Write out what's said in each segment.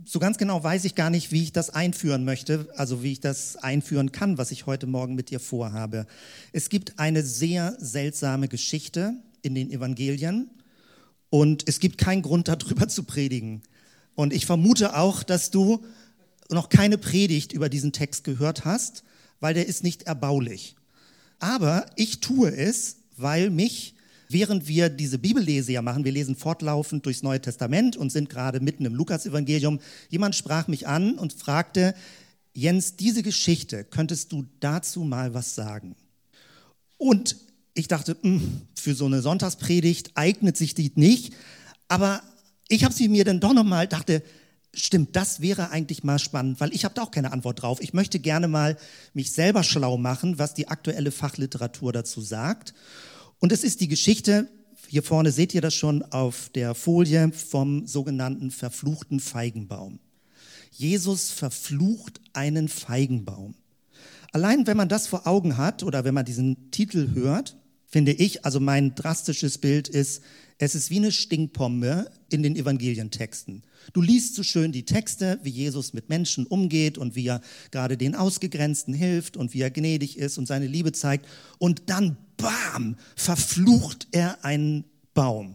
so ganz genau weiß ich gar nicht, wie ich das einführen möchte, also wie ich das einführen kann, was ich heute Morgen mit dir vorhabe. Es gibt eine sehr seltsame Geschichte in den Evangelien und es gibt keinen Grund, darüber zu predigen. Und ich vermute auch, dass du noch keine Predigt über diesen Text gehört hast, weil der ist nicht erbaulich. Aber ich tue es, weil mich, während wir diese Bibellese ja machen, wir lesen fortlaufend durchs Neue Testament und sind gerade mitten im Lukas-Evangelium, jemand sprach mich an und fragte, Jens, diese Geschichte, könntest du dazu mal was sagen? Und ich dachte, für so eine Sonntagspredigt eignet sich die nicht, aber ich habe sie mir dann doch nochmal, dachte, stimmt, das wäre eigentlich mal spannend, weil ich habe da auch keine Antwort drauf. Ich möchte gerne mal mich selber schlau machen, was die aktuelle Fachliteratur dazu sagt. Und es ist die Geschichte, hier vorne seht ihr das schon auf der Folie, vom sogenannten verfluchten Feigenbaum. Jesus verflucht einen Feigenbaum. Allein wenn man das vor Augen hat oder wenn man diesen Titel hört, finde ich, also mein drastisches Bild ist, es ist wie eine Stinkbombe in den Evangelientexten. Du liest so schön die Texte, wie Jesus mit Menschen umgeht und wie er gerade den Ausgegrenzten hilft und wie er gnädig ist und seine Liebe zeigt. Und dann, bam, verflucht er einen Baum.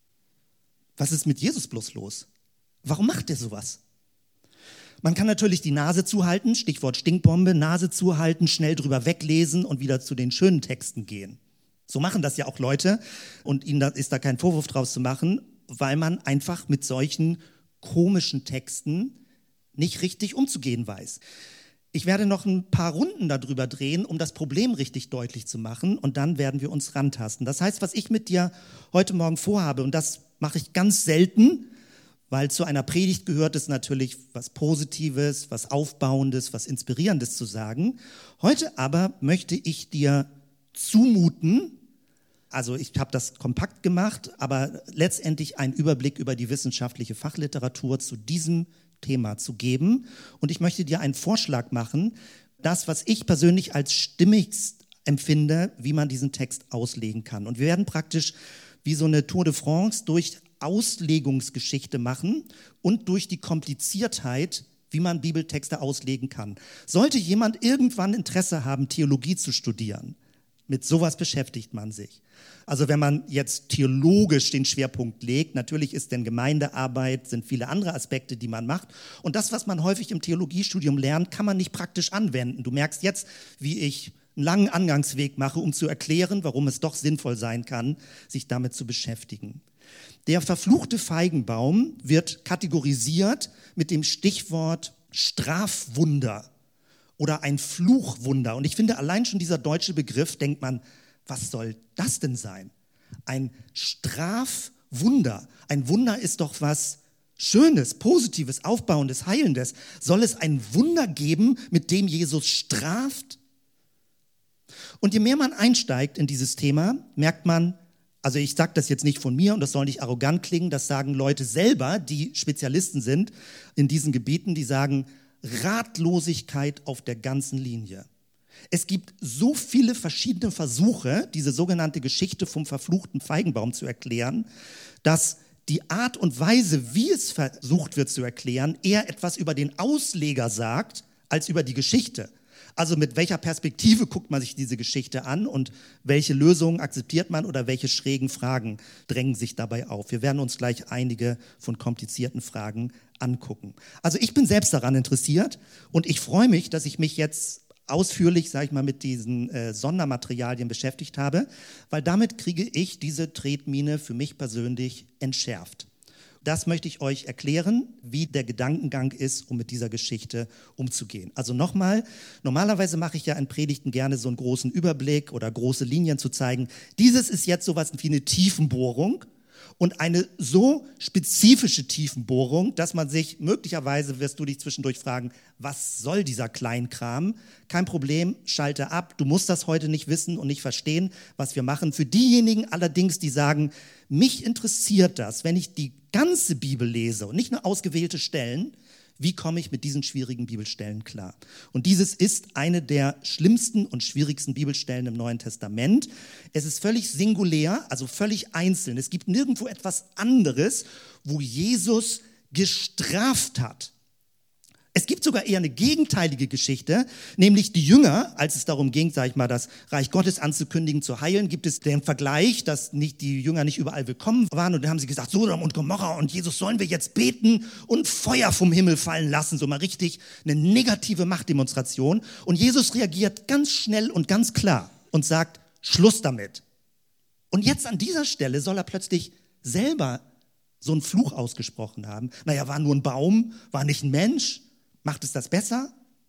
Was ist mit Jesus bloß los? Warum macht er sowas? Man kann natürlich die Nase zuhalten, Stichwort Stinkbombe, Nase zuhalten, schnell drüber weglesen und wieder zu den schönen Texten gehen. So machen das ja auch Leute und ihnen ist da kein Vorwurf draus zu machen, weil man einfach mit solchen komischen Texten nicht richtig umzugehen weiß. Ich werde noch ein paar Runden darüber drehen, um das Problem richtig deutlich zu machen und dann werden wir uns rantasten. Das heißt, was ich mit dir heute Morgen vorhabe, und das mache ich ganz selten, weil zu einer Predigt gehört es natürlich, was Positives, was Aufbauendes, was Inspirierendes zu sagen. Heute aber möchte ich dir zumuten, also ich habe das kompakt gemacht, aber letztendlich einen Überblick über die wissenschaftliche Fachliteratur zu diesem Thema zu geben. Und ich möchte dir einen Vorschlag machen, das, was ich persönlich als stimmigst empfinde, wie man diesen Text auslegen kann. Und wir werden praktisch wie so eine Tour de France durch Auslegungsgeschichte machen und durch die Kompliziertheit, wie man Bibeltexte auslegen kann. Sollte jemand irgendwann Interesse haben, Theologie zu studieren, mit sowas beschäftigt man sich. Also wenn man jetzt theologisch den Schwerpunkt legt, natürlich ist denn Gemeindearbeit, sind viele andere Aspekte, die man macht. Und das, was man häufig im Theologiestudium lernt, kann man nicht praktisch anwenden. Du merkst jetzt, wie ich einen langen Angangsweg mache, um zu erklären, warum es doch sinnvoll sein kann, sich damit zu beschäftigen. Der verfluchte Feigenbaum wird kategorisiert mit dem Stichwort Strafwunder oder ein Fluchwunder. Und ich finde, allein schon dieser deutsche Begriff, denkt man, was soll das denn sein? Ein Strafwunder. Ein Wunder ist doch was Schönes, Positives, Aufbauendes, Heilendes. Soll es ein Wunder geben, mit dem Jesus straft? Und je mehr man einsteigt in dieses Thema, merkt man, also ich sage das jetzt nicht von mir und das soll nicht arrogant klingen, das sagen Leute selber, die Spezialisten sind in diesen Gebieten, die sagen, Ratlosigkeit auf der ganzen Linie. Es gibt so viele verschiedene Versuche, diese sogenannte Geschichte vom verfluchten Feigenbaum zu erklären, dass die Art und Weise, wie es versucht wird zu erklären, eher etwas über den Ausleger sagt, als über die Geschichte. Also mit welcher Perspektive guckt man sich diese Geschichte an und welche Lösungen akzeptiert man oder welche schrägen Fragen drängen sich dabei auf. Wir werden uns gleich einige von komplizierten Fragen angucken. Also ich bin selbst daran interessiert und ich freue mich, dass ich mich jetzt ausführlich, sage ich mal, mit diesen Sondermaterialien beschäftigt habe, weil damit kriege ich diese Tretmine für mich persönlich entschärft. Das möchte ich euch erklären, wie der Gedankengang ist, um mit dieser Geschichte umzugehen. Also nochmal, normalerweise mache ich ja in Predigten gerne so einen großen Überblick oder große Linien zu zeigen. Dieses ist jetzt sowas wie eine Tiefenbohrung und eine so spezifische Tiefenbohrung, dass man sich, möglicherweise wirst du dich zwischendurch fragen, was soll dieser Kleinkram? Kein Problem, schalte ab. Du musst das heute nicht wissen und nicht verstehen, was wir machen. Für diejenigen allerdings, die sagen, mich interessiert das, wenn ich die ganze Bibel lese und nicht nur ausgewählte Stellen, wie komme ich mit diesen schwierigen Bibelstellen klar? Und dieses ist eine der schlimmsten und schwierigsten Bibelstellen im Neuen Testament. Es ist völlig singulär, also völlig einzeln. Es gibt nirgendwo etwas anderes, wo Jesus gestraft hat. Es gibt sogar eher eine gegenteilige Geschichte, nämlich die Jünger, als es darum ging, sage ich mal, das Reich Gottes anzukündigen, zu heilen, gibt es den Vergleich, dass nicht die Jünger nicht überall willkommen waren und dann haben sie gesagt, Sodom und Gomorra und Jesus, sollen wir jetzt beten und Feuer vom Himmel fallen lassen, so mal richtig eine negative Machtdemonstration. Und Jesus reagiert ganz schnell und ganz klar und sagt, Schluss damit. Und jetzt an dieser Stelle soll er plötzlich selber so einen Fluch ausgesprochen haben. Naja, war nur ein Baum, war nicht ein Mensch. Macht es das besser?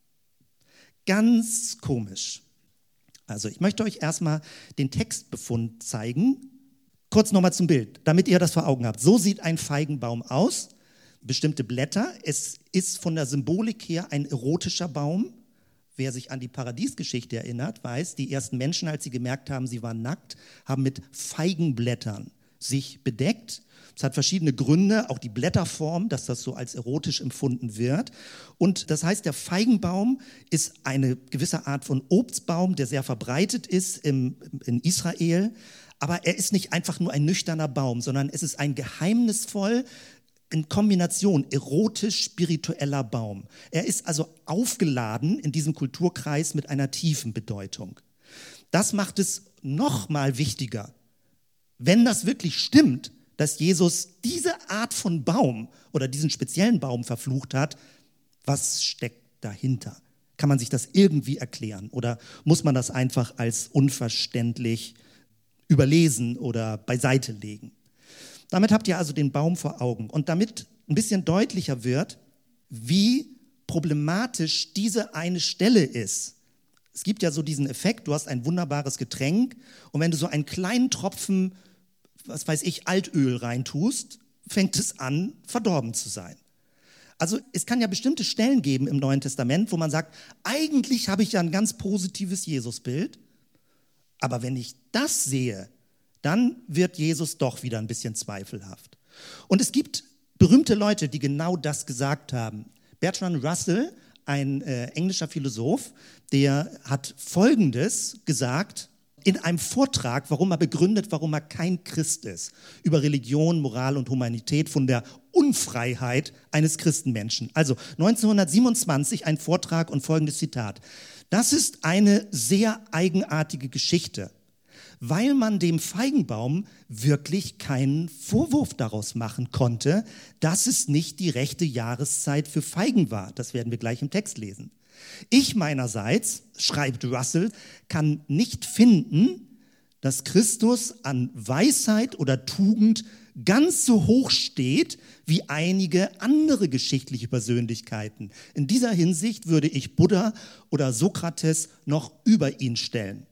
Ganz komisch. Also ich möchte euch erstmal den Textbefund zeigen. Kurz nochmal zum Bild, damit ihr das vor Augen habt. So sieht ein Feigenbaum aus. Bestimmte Blätter. Es ist von der Symbolik her ein erotischer Baum. Wer sich an die Paradiesgeschichte erinnert, weiß, die ersten Menschen, als sie gemerkt haben, sie waren nackt, haben mit Feigenblättern sich bedeckt. Es hat verschiedene Gründe, auch die Blätterform, dass das so als erotisch empfunden wird. Und das heißt, der Feigenbaum ist eine gewisse Art von Obstbaum, der sehr verbreitet ist in Israel. Aber er ist nicht einfach nur ein nüchterner Baum, sondern es ist ein geheimnisvoll in Kombination erotisch-spiritueller Baum. Er ist also aufgeladen in diesem Kulturkreis mit einer tiefen Bedeutung. Das macht es noch mal wichtiger, wenn das wirklich stimmt, dass Jesus diese Art von Baum oder diesen speziellen Baum verflucht hat. Was steckt dahinter? Kann man sich das irgendwie erklären oder muss man das einfach als unverständlich überlesen oder beiseite legen? Damit habt ihr also den Baum vor Augen. Und damit ein bisschen deutlicher wird, wie problematisch diese eine Stelle ist. Es gibt ja so diesen Effekt, du hast ein wunderbares Getränk und wenn du so einen kleinen Tropfen, was weiß ich, Altöl reintust, fängt es an, verdorben zu sein. Also es kann ja bestimmte Stellen geben im Neuen Testament, wo man sagt, eigentlich habe ich ja ein ganz positives Jesusbild, aber wenn ich das sehe, dann wird Jesus doch wieder ein bisschen zweifelhaft. Und es gibt berühmte Leute, die genau das gesagt haben. Bertrand Russell, ein englischer Philosoph, der hat Folgendes gesagt in einem Vortrag, warum er begründet, warum er kein Christ ist, über Religion, Moral und Humanität, von der Unfreiheit eines Christenmenschen. Also 1927 ein Vortrag und folgendes Zitat. Das ist eine sehr eigenartige Geschichte, weil man dem Feigenbaum wirklich keinen Vorwurf daraus machen konnte, dass es nicht die rechte Jahreszeit für Feigen war. Das werden wir gleich im Text lesen. Ich meinerseits, schreibt Russell, kann nicht finden, dass Christus an Weisheit oder Tugend ganz so hoch steht wie einige andere geschichtliche Persönlichkeiten. In dieser Hinsicht würde ich Buddha oder Sokrates noch über ihn stellen.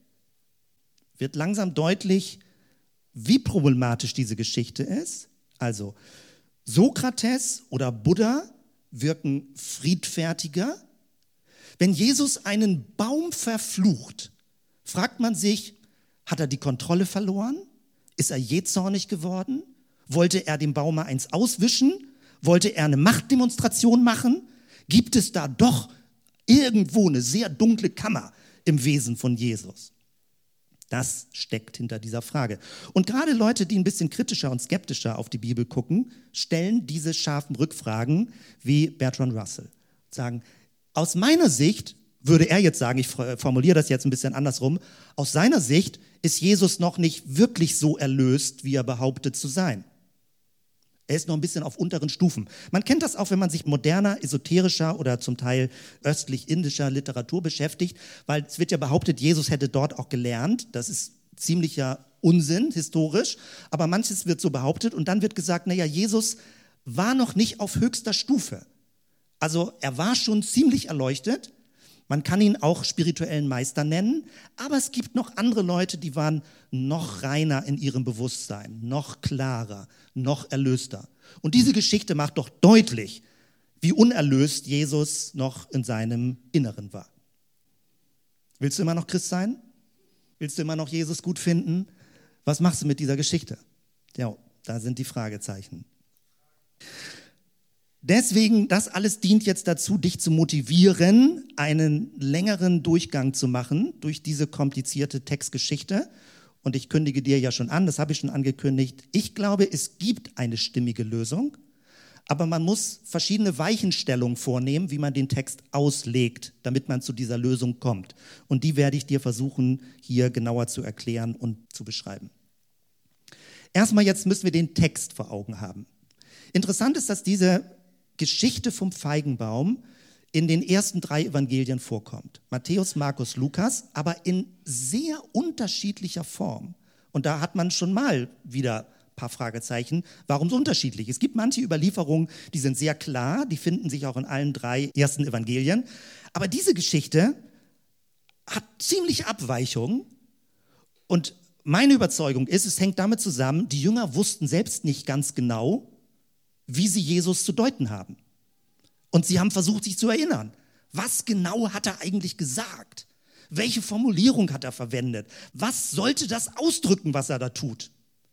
Wird langsam deutlich, wie problematisch diese Geschichte ist. Also Sokrates oder Buddha wirken friedfertiger. Wenn Jesus einen Baum verflucht, fragt man sich, hat er die Kontrolle verloren? Ist er jähzornig geworden? Wollte er dem Baum mal eins auswischen? Wollte er eine Machtdemonstration machen? Gibt es da doch irgendwo eine sehr dunkle Kammer im Wesen von Jesus? Das steckt hinter dieser Frage. Und gerade Leute, die ein bisschen kritischer und skeptischer auf die Bibel gucken, stellen diese scharfen Rückfragen wie Bertrand Russell. Sagen, aus meiner Sicht, würde er jetzt sagen, ich formuliere das jetzt ein bisschen andersrum, aus seiner Sicht ist Jesus noch nicht wirklich so erlöst, wie er behauptet zu sein. Er ist noch ein bisschen auf unteren Stufen. Man kennt das auch, wenn man sich moderner, esoterischer oder zum Teil östlich-indischer Literatur beschäftigt, weil es wird ja behauptet, Jesus hätte dort auch gelernt. Das ist ziemlicher Unsinn, historisch, aber manches wird so behauptet und dann wird gesagt, naja, Jesus war noch nicht auf höchster Stufe. Also er war schon ziemlich erleuchtet, man kann ihn auch spirituellen Meister nennen, aber es gibt noch andere Leute, die waren noch reiner in ihrem Bewusstsein, noch klarer, noch erlöster. Und diese Geschichte macht doch deutlich, wie unerlöst Jesus noch in seinem Inneren war. Willst du immer noch Christ sein? Willst du immer noch Jesus gut finden? Was machst du mit dieser Geschichte? Ja, da sind die Fragezeichen. Deswegen, das alles dient jetzt dazu, dich zu motivieren, einen längeren Durchgang zu machen durch diese komplizierte Textgeschichte. Und ich kündige dir ja schon an, das habe ich schon angekündigt, ich glaube, es gibt eine stimmige Lösung, Aber man muss verschiedene Weichenstellungen vornehmen, wie man den Text auslegt, damit man zu dieser Lösung kommt. Und die werde ich dir versuchen, hier genauer zu erklären und zu beschreiben. Erstmal jetzt müssen wir den Text vor Augen haben. Interessant ist, dass diese Geschichte vom Feigenbaum in den ersten 3 Evangelien vorkommt. Matthäus, Markus, Lukas, aber in sehr unterschiedlicher Form. Und da hat man schon mal wieder ein paar Fragezeichen, warum so unterschiedlich? Es gibt manche Überlieferungen, die sind sehr klar, die finden sich auch in allen 3 ersten Evangelien. Aber diese Geschichte hat ziemlich Abweichungen. Und meine Überzeugung ist, es hängt damit zusammen, die Jünger wussten selbst nicht ganz genau, wie sie Jesus zu deuten haben. Und sie haben versucht, sich zu erinnern. Was genau hat er eigentlich gesagt? Welche Formulierung hat er verwendet? Was sollte das ausdrücken, was er da tut?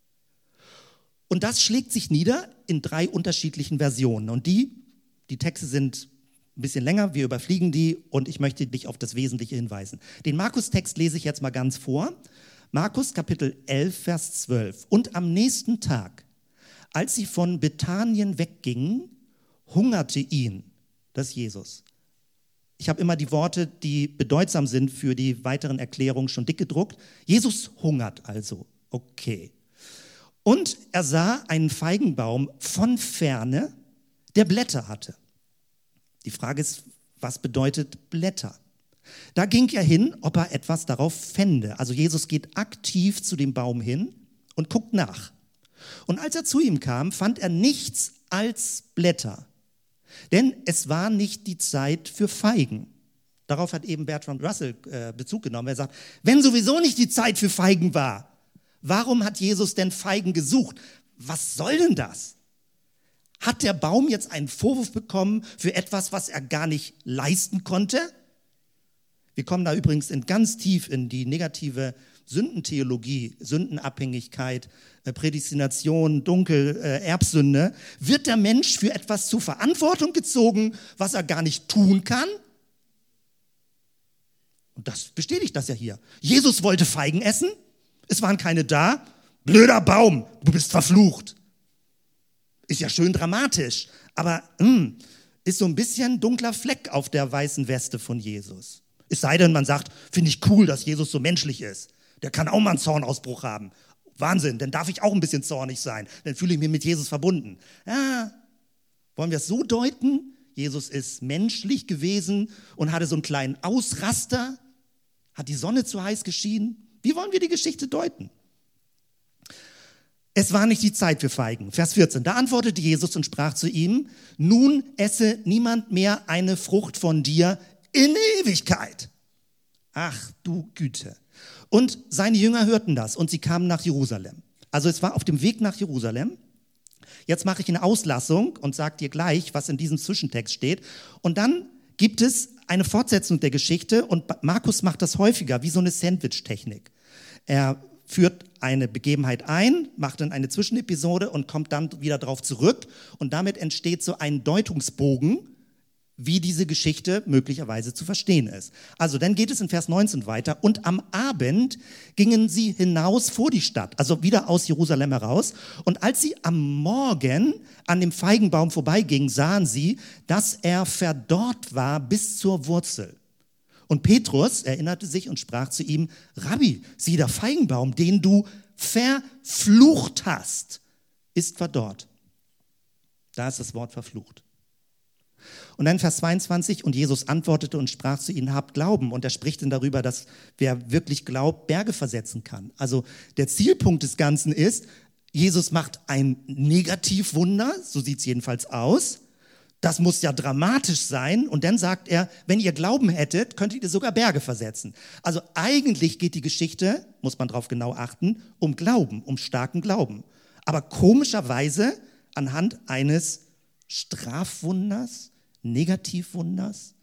Und das schlägt sich nieder in 3 unterschiedlichen Versionen. Und die Texte sind ein bisschen länger, wir überfliegen die und ich möchte dich auf das Wesentliche hinweisen. Den Markus-Text lese ich jetzt mal ganz vor. Markus Kapitel 11, Vers 12. Und am nächsten Tag, als sie von Bethanien weggingen, hungerte ihn, das ist Jesus. Ich habe immer die Worte, die bedeutsam sind für die weiteren Erklärungen, schon dick gedruckt. Jesus hungert also. Okay. Und er sah einen Feigenbaum von Ferne, der Blätter hatte. Die Frage ist, was bedeutet Blätter? Da ging er hin, ob er etwas darauf fände. Also Jesus geht aktiv zu dem Baum hin und guckt nach. Und als er zu ihm kam, fand er nichts als Blätter. Denn es war nicht die Zeit für Feigen. Darauf hat eben Bertrand Russell Bezug genommen. Er sagt, wenn sowieso nicht die Zeit für Feigen war, warum hat Jesus denn Feigen gesucht? Was soll denn das? Hat der Baum jetzt einen Vorwurf bekommen für etwas, was er gar nicht leisten konnte? Wir kommen da übrigens ganz tief in die negative Sündentheologie, Sündenabhängigkeit, Prädestination, Erbsünde. Wird der Mensch für etwas zur Verantwortung gezogen, was er gar nicht tun kann? Und das bestätigt das ja hier. Jesus wollte Feigen essen, es waren keine da. Blöder Baum, du bist verflucht. Ist ja schön dramatisch, aber ist so ein bisschen dunkler Fleck auf der weißen Weste von Jesus. Es sei denn, man sagt, finde ich cool, dass Jesus so menschlich ist. Der kann auch mal einen Zornausbruch haben. Wahnsinn, dann darf ich auch ein bisschen zornig sein. Dann fühle ich mich mit Jesus verbunden. Ja, wollen wir es so deuten? Jesus ist menschlich gewesen und hatte so einen kleinen Ausraster. Hat die Sonne zu heiß geschienen? Wie wollen wir die Geschichte deuten? Es war nicht die Zeit für Feigen. Vers 14. Da antwortete Jesus und sprach zu ihm, nun esse niemand mehr eine Frucht von dir in Ewigkeit. Ach du Güte. Und seine Jünger hörten das und sie kamen nach Jerusalem. Also es war auf dem Weg nach Jerusalem. Jetzt mache ich eine Auslassung und sage dir gleich, was in diesem Zwischentext steht. Und dann gibt es eine Fortsetzung der Geschichte und Markus macht das häufiger, wie so eine Sandwich-Technik. Er führt eine Begebenheit ein, macht dann eine Zwischenepisode und kommt dann wieder darauf zurück. Und damit entsteht so ein Deutungsbogen, wie diese Geschichte möglicherweise zu verstehen ist. Also dann geht es in Vers 19 weiter. Und am Abend gingen sie hinaus vor die Stadt, also wieder aus Jerusalem heraus. Und als sie am Morgen an dem Feigenbaum vorbeigingen, sahen sie, dass er verdorrt war bis zur Wurzel. Und Petrus erinnerte sich und sprach zu ihm, Rabbi, sieh, der Feigenbaum, den du verflucht hast, ist verdorrt. Da ist das Wort verflucht. Und dann Vers 22, und Jesus antwortete und sprach zu ihnen, habt Glauben. Und er spricht dann darüber, dass wer wirklich glaubt, Berge versetzen kann. Also der Zielpunkt des Ganzen ist, Jesus macht ein Negativwunder, so sieht es jedenfalls aus. Das muss ja dramatisch sein. Und dann sagt er, wenn ihr Glauben hättet, könntet ihr sogar Berge versetzen. Also eigentlich geht die Geschichte, muss man drauf genau achten, um Glauben, um starken Glauben. Aber komischerweise anhand eines Strafwunders, Negativwunders.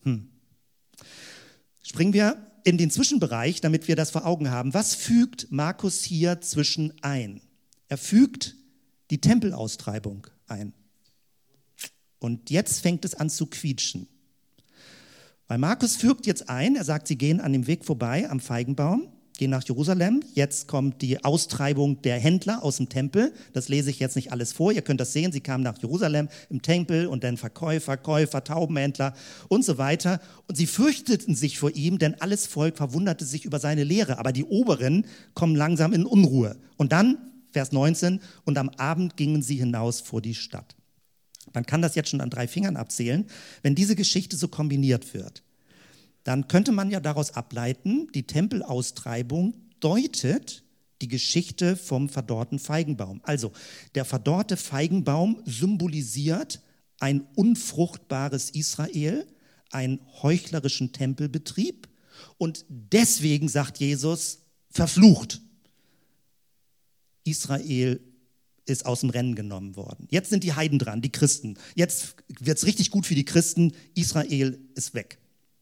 Springen wir in den Zwischenbereich, damit wir das vor Augen haben. Was fügt Markus hier zwischen ein? Er fügt die Tempelaustreibung ein. Und jetzt fängt es an zu quietschen. Weil Markus fügt jetzt ein, er sagt, sie gehen an dem Weg vorbei, am Feigenbaum. gehen nach Jerusalem. Jetzt kommt die Austreibung der Händler aus dem Tempel. Das lese ich jetzt nicht alles vor. Ihr könnt das sehen. Sie kamen nach Jerusalem im Tempel und dann Verkäufer, Käufer, Taubenhändler und so weiter. Und sie fürchteten sich vor ihm, denn alles Volk verwunderte sich über seine Lehre. Aber die Oberen kommen langsam in Unruhe. Und dann, Vers 19, und am Abend gingen sie hinaus vor die Stadt. Man kann das jetzt schon an 3 Fingern abzählen. Wenn diese Geschichte so kombiniert wird, dann könnte man ja daraus ableiten, die Tempelaustreibung deutet die Geschichte vom verdorrten Feigenbaum. Also der verdorrte Feigenbaum symbolisiert ein unfruchtbares Israel, einen heuchlerischen Tempelbetrieb und deswegen sagt Jesus, verflucht. Israel ist aus dem Rennen genommen worden. Jetzt sind die Heiden dran, die Christen. Jetzt wird es richtig gut für die Christen, Israel ist weg.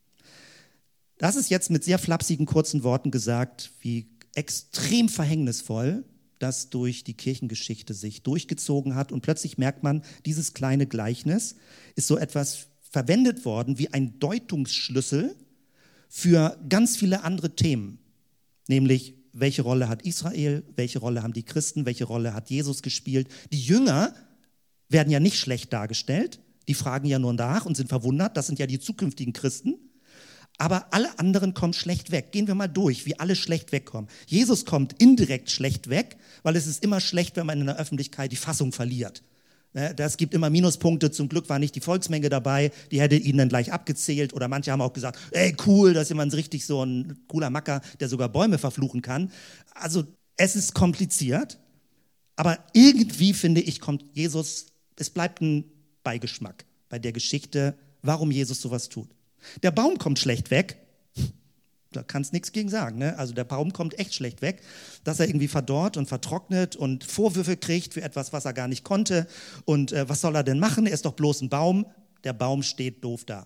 Das ist jetzt mit sehr flapsigen, kurzen Worten gesagt, wie extrem verhängnisvoll das durch die Kirchengeschichte sich durchgezogen hat. Und plötzlich merkt man, dieses kleine Gleichnis ist so etwas verwendet worden wie ein Deutungsschlüssel für ganz viele andere Themen. Nämlich, welche Rolle hat Israel, welche Rolle haben die Christen, welche Rolle hat Jesus gespielt. Die Jünger werden ja nicht schlecht dargestellt, die fragen ja nur nach und sind verwundert, das sind ja die zukünftigen Christen. Aber alle anderen kommen schlecht weg. Gehen wir mal durch, wie alle schlecht wegkommen. Jesus kommt indirekt schlecht weg, weil es ist immer schlecht, wenn man in der Öffentlichkeit die Fassung verliert. Das gibt immer Minuspunkte. Zum Glück war nicht die Volksmenge dabei, die hätte ihn dann gleich abgezählt. Oder manche haben auch gesagt, ey cool, da ist jemand richtig so ein cooler Macker, der sogar Bäume verfluchen kann. Also es ist kompliziert, aber irgendwie, finde ich, kommt Jesus, es bleibt ein Beigeschmack bei der Geschichte, warum Jesus sowas tut. Der Baum kommt schlecht weg, da kannst nichts gegen sagen. Ne? Also der Baum kommt echt schlecht weg, dass er irgendwie verdorrt und vertrocknet und Vorwürfe kriegt für etwas, was er gar nicht konnte. Und was soll er denn machen? Er ist doch bloß ein Baum. Der Baum steht doof da.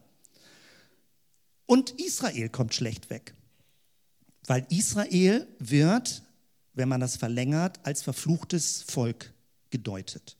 Und Israel kommt schlecht weg, weil Israel wird, wenn man das verlängert, als verfluchtes Volk gedeutet.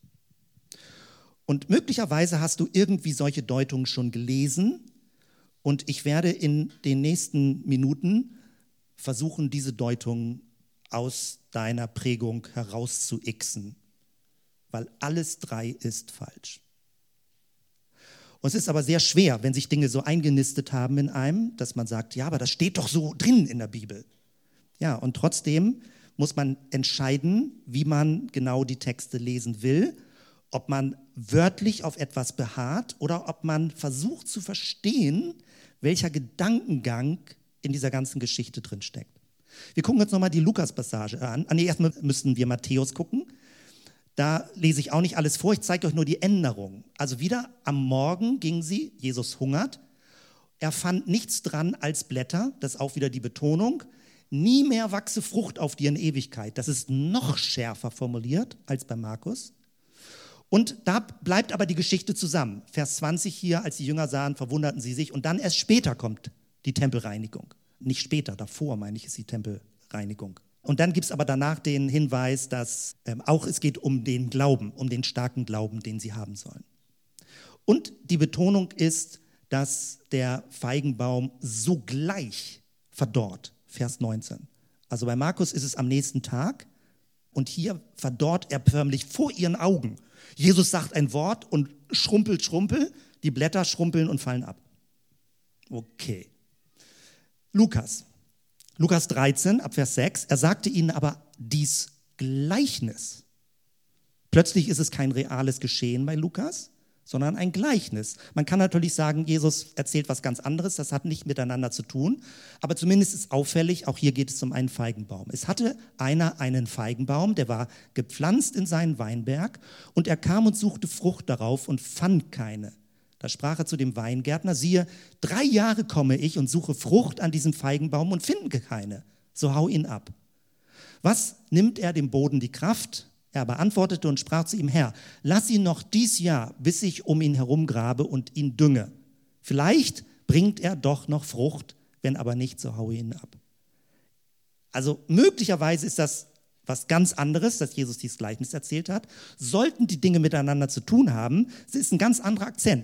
Und möglicherweise hast du irgendwie solche Deutungen schon gelesen. Und ich werde in den nächsten Minuten versuchen, diese Deutung aus deiner Prägung herauszuixen, weil alles 3 ist falsch. Und es ist aber sehr schwer, wenn sich Dinge so eingenistet haben in einem, dass man sagt, ja, aber das steht doch so drin in der Bibel. Ja, und trotzdem muss man entscheiden, wie man genau die Texte lesen will, ob man wörtlich auf etwas beharrt oder ob man versucht zu verstehen, welcher Gedankengang in dieser ganzen Geschichte drinsteckt. Wir gucken uns nochmal die Lukas-Passage an. Erstmal müssten wir Matthäus gucken. Da lese ich auch nicht alles vor, ich zeige euch nur die Änderung. Also wieder am Morgen gingen sie, Jesus hungert. Er fand nichts dran als Blätter, das ist auch wieder die Betonung. Nie mehr wachse Frucht auf dir in Ewigkeit. Das ist noch schärfer formuliert als bei Markus. Und da bleibt aber die Geschichte zusammen. Vers 20 hier, als die Jünger sahen, verwunderten sie sich. Und dann erst später kommt die Tempelreinigung. Nicht später, davor meine ich, ist die Tempelreinigung. Und dann gibt es aber danach den Hinweis, dass auch es geht um den Glauben, um den starken Glauben, den sie haben sollen. Und die Betonung ist, dass der Feigenbaum sogleich verdorrt. Vers 19. Also bei Markus ist es am nächsten Tag und hier verdorrt er förmlich vor ihren Augen. Jesus sagt ein Wort und schrumpel, die Blätter schrumpeln und fallen ab. Okay. Lukas 13, ab Vers 6, er sagte ihnen aber dies Gleichnis. Plötzlich ist es kein reales Geschehen bei Lukas, sondern ein Gleichnis. Man kann natürlich sagen, Jesus erzählt was ganz anderes, das hat nicht miteinander zu tun, aber zumindest ist auffällig, auch hier geht es um einen Feigenbaum. Es hatte einer einen Feigenbaum, der war gepflanzt in seinen Weinberg und er kam und suchte Frucht darauf und fand keine. Da sprach er zu dem Weingärtner, siehe, 3 Jahre komme ich und suche Frucht an diesem Feigenbaum und finde keine, so hau ihn ab. Was nimmt er dem Boden die Kraft? Er aber antwortete und sprach zu ihm, Herr, lass ihn noch dies Jahr, bis ich um ihn herum grabe und ihn dünge. Vielleicht bringt er doch noch Frucht, wenn aber nicht, so haue ihn ab. Also möglicherweise ist das was ganz anderes, dass Jesus dieses Gleichnis erzählt hat. Sollten die Dinge miteinander zu tun haben, es ist ein ganz anderer Akzent.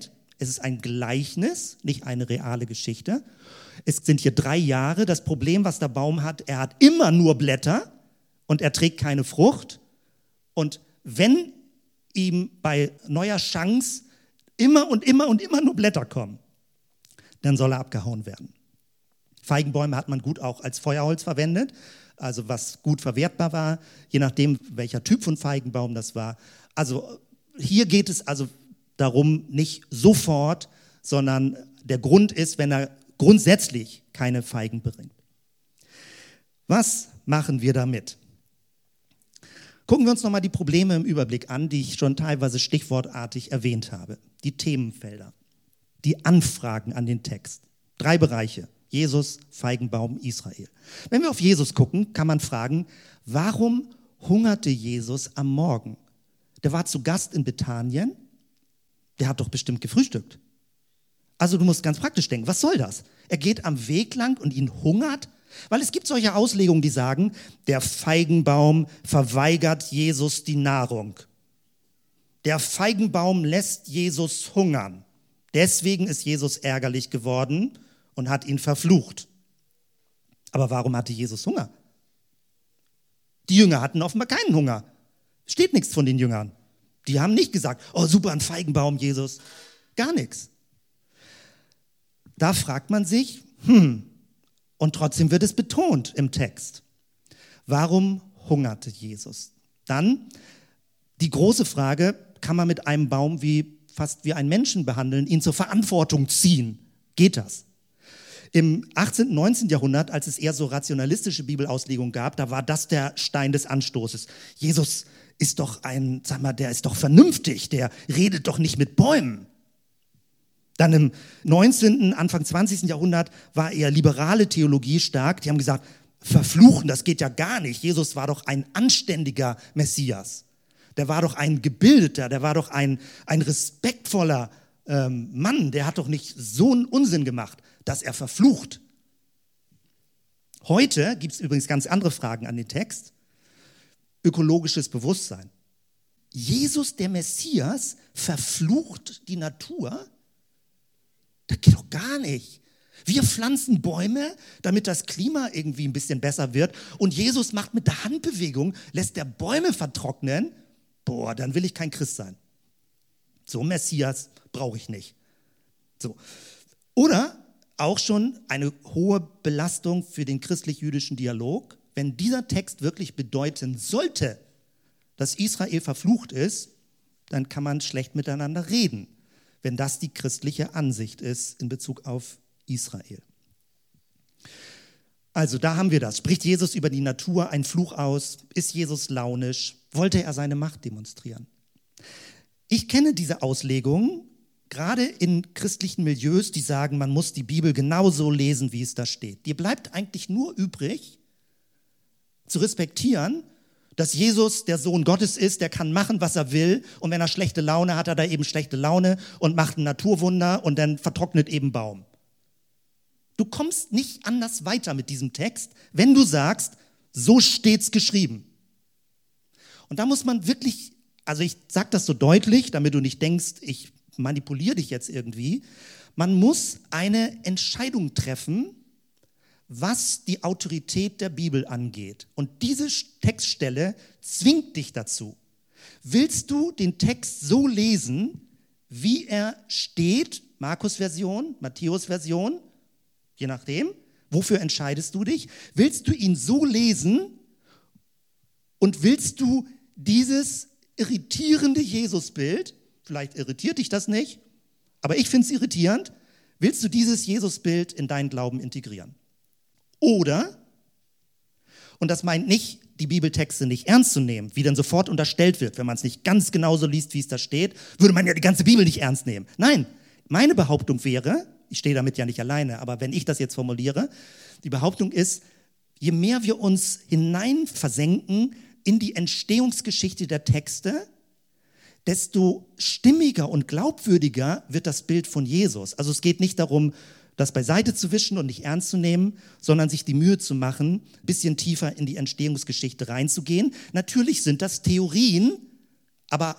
Es ist ein Gleichnis, nicht eine reale Geschichte. Es sind hier 3 Jahre. Das Problem, was der Baum hat, er hat immer nur Blätter und er trägt keine Frucht. Und wenn ihm bei neuer Chance immer nur Blätter kommen, dann soll er abgehauen werden. Feigenbäume hat man gut auch als Feuerholz verwendet, also was gut verwertbar war, je nachdem, welcher Typ von Feigenbaum das war. Also hier geht es also darum, nicht sofort, sondern der Grund ist, wenn er grundsätzlich keine Feigen bringt. Was machen wir damit? Gucken wir uns nochmal die Probleme im Überblick an, die ich schon teilweise stichwortartig erwähnt habe. Die Themenfelder, die Anfragen an den Text. 3 Bereiche: Jesus, Feigenbaum, Israel. Wenn wir auf Jesus gucken, kann man fragen, warum hungerte Jesus am Morgen? Der war zu Gast in Bethanien, der hat doch bestimmt gefrühstückt. Also du musst ganz praktisch denken, was soll das? Er geht am Weg lang und ihn hungert? Weil es gibt solche Auslegungen, die sagen, der Feigenbaum verweigert Jesus die Nahrung. Der Feigenbaum lässt Jesus hungern. Deswegen ist Jesus ärgerlich geworden und hat ihn verflucht. Aber warum hatte Jesus Hunger? Die Jünger hatten offenbar keinen Hunger. Steht nichts von den Jüngern. Die haben nicht gesagt, oh super, ein Feigenbaum, Jesus. Gar nichts. Da fragt man sich, und trotzdem wird es betont im Text. Warum hungerte Jesus? Dann die große Frage, kann man mit einem Baum fast wie einen Menschen behandeln, ihn zur Verantwortung ziehen? Geht das? Im 18. und 19. Jahrhundert, als es eher so rationalistische Bibelauslegungen gab, da war das der Stein des Anstoßes. Jesus ist doch der ist doch vernünftig, der redet doch nicht mit Bäumen. Dann im 19., Anfang 20. Jahrhundert war eher liberale Theologie stark. Die haben gesagt, verfluchen, das geht ja gar nicht. Jesus war doch ein anständiger Messias. Der war doch ein gebildeter, der war doch ein respektvoller Mann. Der hat doch nicht so einen Unsinn gemacht, dass er verflucht. Heute gibt es übrigens ganz andere Fragen an den Text. Ökologisches Bewusstsein. Jesus, der Messias, verflucht die Natur? Das geht doch gar nicht. Wir pflanzen Bäume, damit das Klima irgendwie ein bisschen besser wird. Und Jesus macht mit der Handbewegung, lässt der Bäume vertrocknen. Boah, dann will ich kein Christ sein. So ein Messias brauche ich nicht. So. Oder auch schon eine hohe Belastung für den christlich-jüdischen Dialog. Wenn dieser Text wirklich bedeuten sollte, dass Israel verflucht ist, dann kann man schlecht miteinander reden, wenn das die christliche Ansicht ist in Bezug auf Israel. Also da haben wir das. Spricht Jesus über die Natur einen Fluch aus? Ist Jesus launisch? Wollte er seine Macht demonstrieren? Ich kenne diese Auslegung, gerade in christlichen Milieus, die sagen, man muss die Bibel genauso lesen, wie es da steht. Dir bleibt eigentlich nur übrig, zu respektieren, dass Jesus der Sohn Gottes ist, der kann machen, was er will. Und wenn er schlechte Laune hat, hat er eben schlechte Laune und macht ein Naturwunder und dann vertrocknet eben Baum. Du kommst nicht anders weiter mit diesem Text, wenn du sagst, so steht's geschrieben. Und da muss man wirklich, also ich sage das so deutlich, damit du nicht denkst, ich manipuliere dich jetzt irgendwie. Man muss eine Entscheidung treffen, was die Autorität der Bibel angeht. Und diese Textstelle zwingt dich dazu. Willst du den Text so lesen, wie er steht, Markus-Version, Matthäus-Version, je nachdem, wofür entscheidest du dich? Willst du ihn so lesen und willst du dieses irritierende Jesusbild, vielleicht irritiert dich das nicht, aber ich finde es irritierend, willst du dieses Jesusbild in deinen Glauben integrieren? Oder, und das meint nicht, die Bibeltexte nicht ernst zu nehmen, wie dann sofort unterstellt wird, wenn man es nicht ganz genauso liest, wie es da steht, würde man ja die ganze Bibel nicht ernst nehmen. Nein, meine Behauptung wäre, ich stehe damit ja nicht alleine, aber wenn ich das jetzt formuliere, die Behauptung ist, je mehr wir uns hinein versenken in die Entstehungsgeschichte der Texte, desto stimmiger und glaubwürdiger wird das Bild von Jesus. Also es geht nicht darum, das beiseite zu wischen und nicht ernst zu nehmen, sondern sich die Mühe zu machen, ein bisschen tiefer in die Entstehungsgeschichte reinzugehen. Natürlich sind das Theorien, aber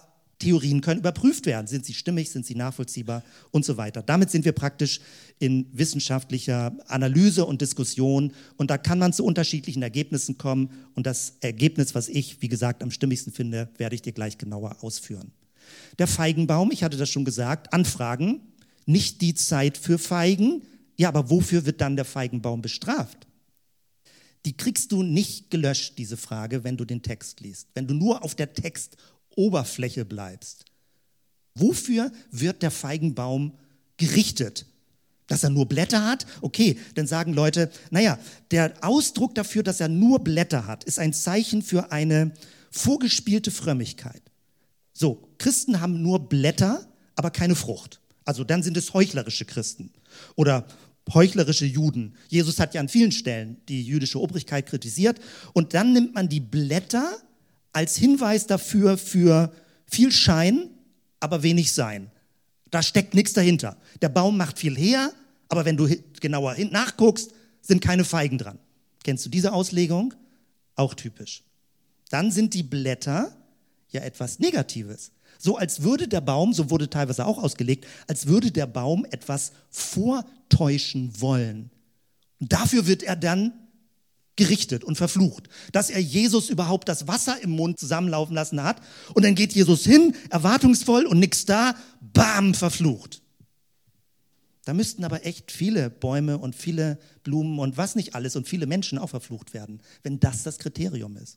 Theorien können überprüft werden. Sind sie stimmig, sind sie nachvollziehbar und so weiter. Damit sind wir praktisch in wissenschaftlicher Analyse und Diskussion und da kann man zu unterschiedlichen Ergebnissen kommen und das Ergebnis, was ich, wie gesagt, am stimmigsten finde, werde ich dir gleich genauer ausführen. Der Feigenbaum, ich hatte das schon gesagt, Anfragen, nicht die Zeit für Feigen, ja, aber wofür wird dann der Feigenbaum bestraft? Die kriegst du nicht gelöscht, diese Frage, wenn du den Text liest, wenn du nur auf der Textoberfläche bleibst. Wofür wird der Feigenbaum gerichtet? Dass er nur Blätter hat? Okay, dann sagen Leute, naja, der Ausdruck dafür, dass er nur Blätter hat, ist ein Zeichen für eine vorgespielte Frömmigkeit. So, Christen haben nur Blätter, aber keine Frucht. Also dann sind es heuchlerische Christen oder heuchlerische Juden. Jesus hat ja an vielen Stellen die jüdische Obrigkeit kritisiert und dann nimmt man die Blätter als Hinweis dafür für viel Schein, aber wenig Sein. Da steckt nichts dahinter. Der Baum macht viel her, aber wenn du genauer nachguckst, sind keine Feigen dran. Kennst du diese Auslegung? Auch typisch. Dann sind die Blätter ja etwas Negatives. So als würde der Baum, so wurde teilweise auch ausgelegt, als würde der Baum etwas vortäuschen wollen. Und dafür wird er dann gerichtet und verflucht, dass er Jesus überhaupt das Wasser im Mund zusammenlaufen lassen hat und dann geht Jesus hin, erwartungsvoll und nix da, bam, verflucht. Da müssten aber echt viele Bäume und viele Blumen und was nicht alles und viele Menschen auch verflucht werden, wenn das Kriterium ist.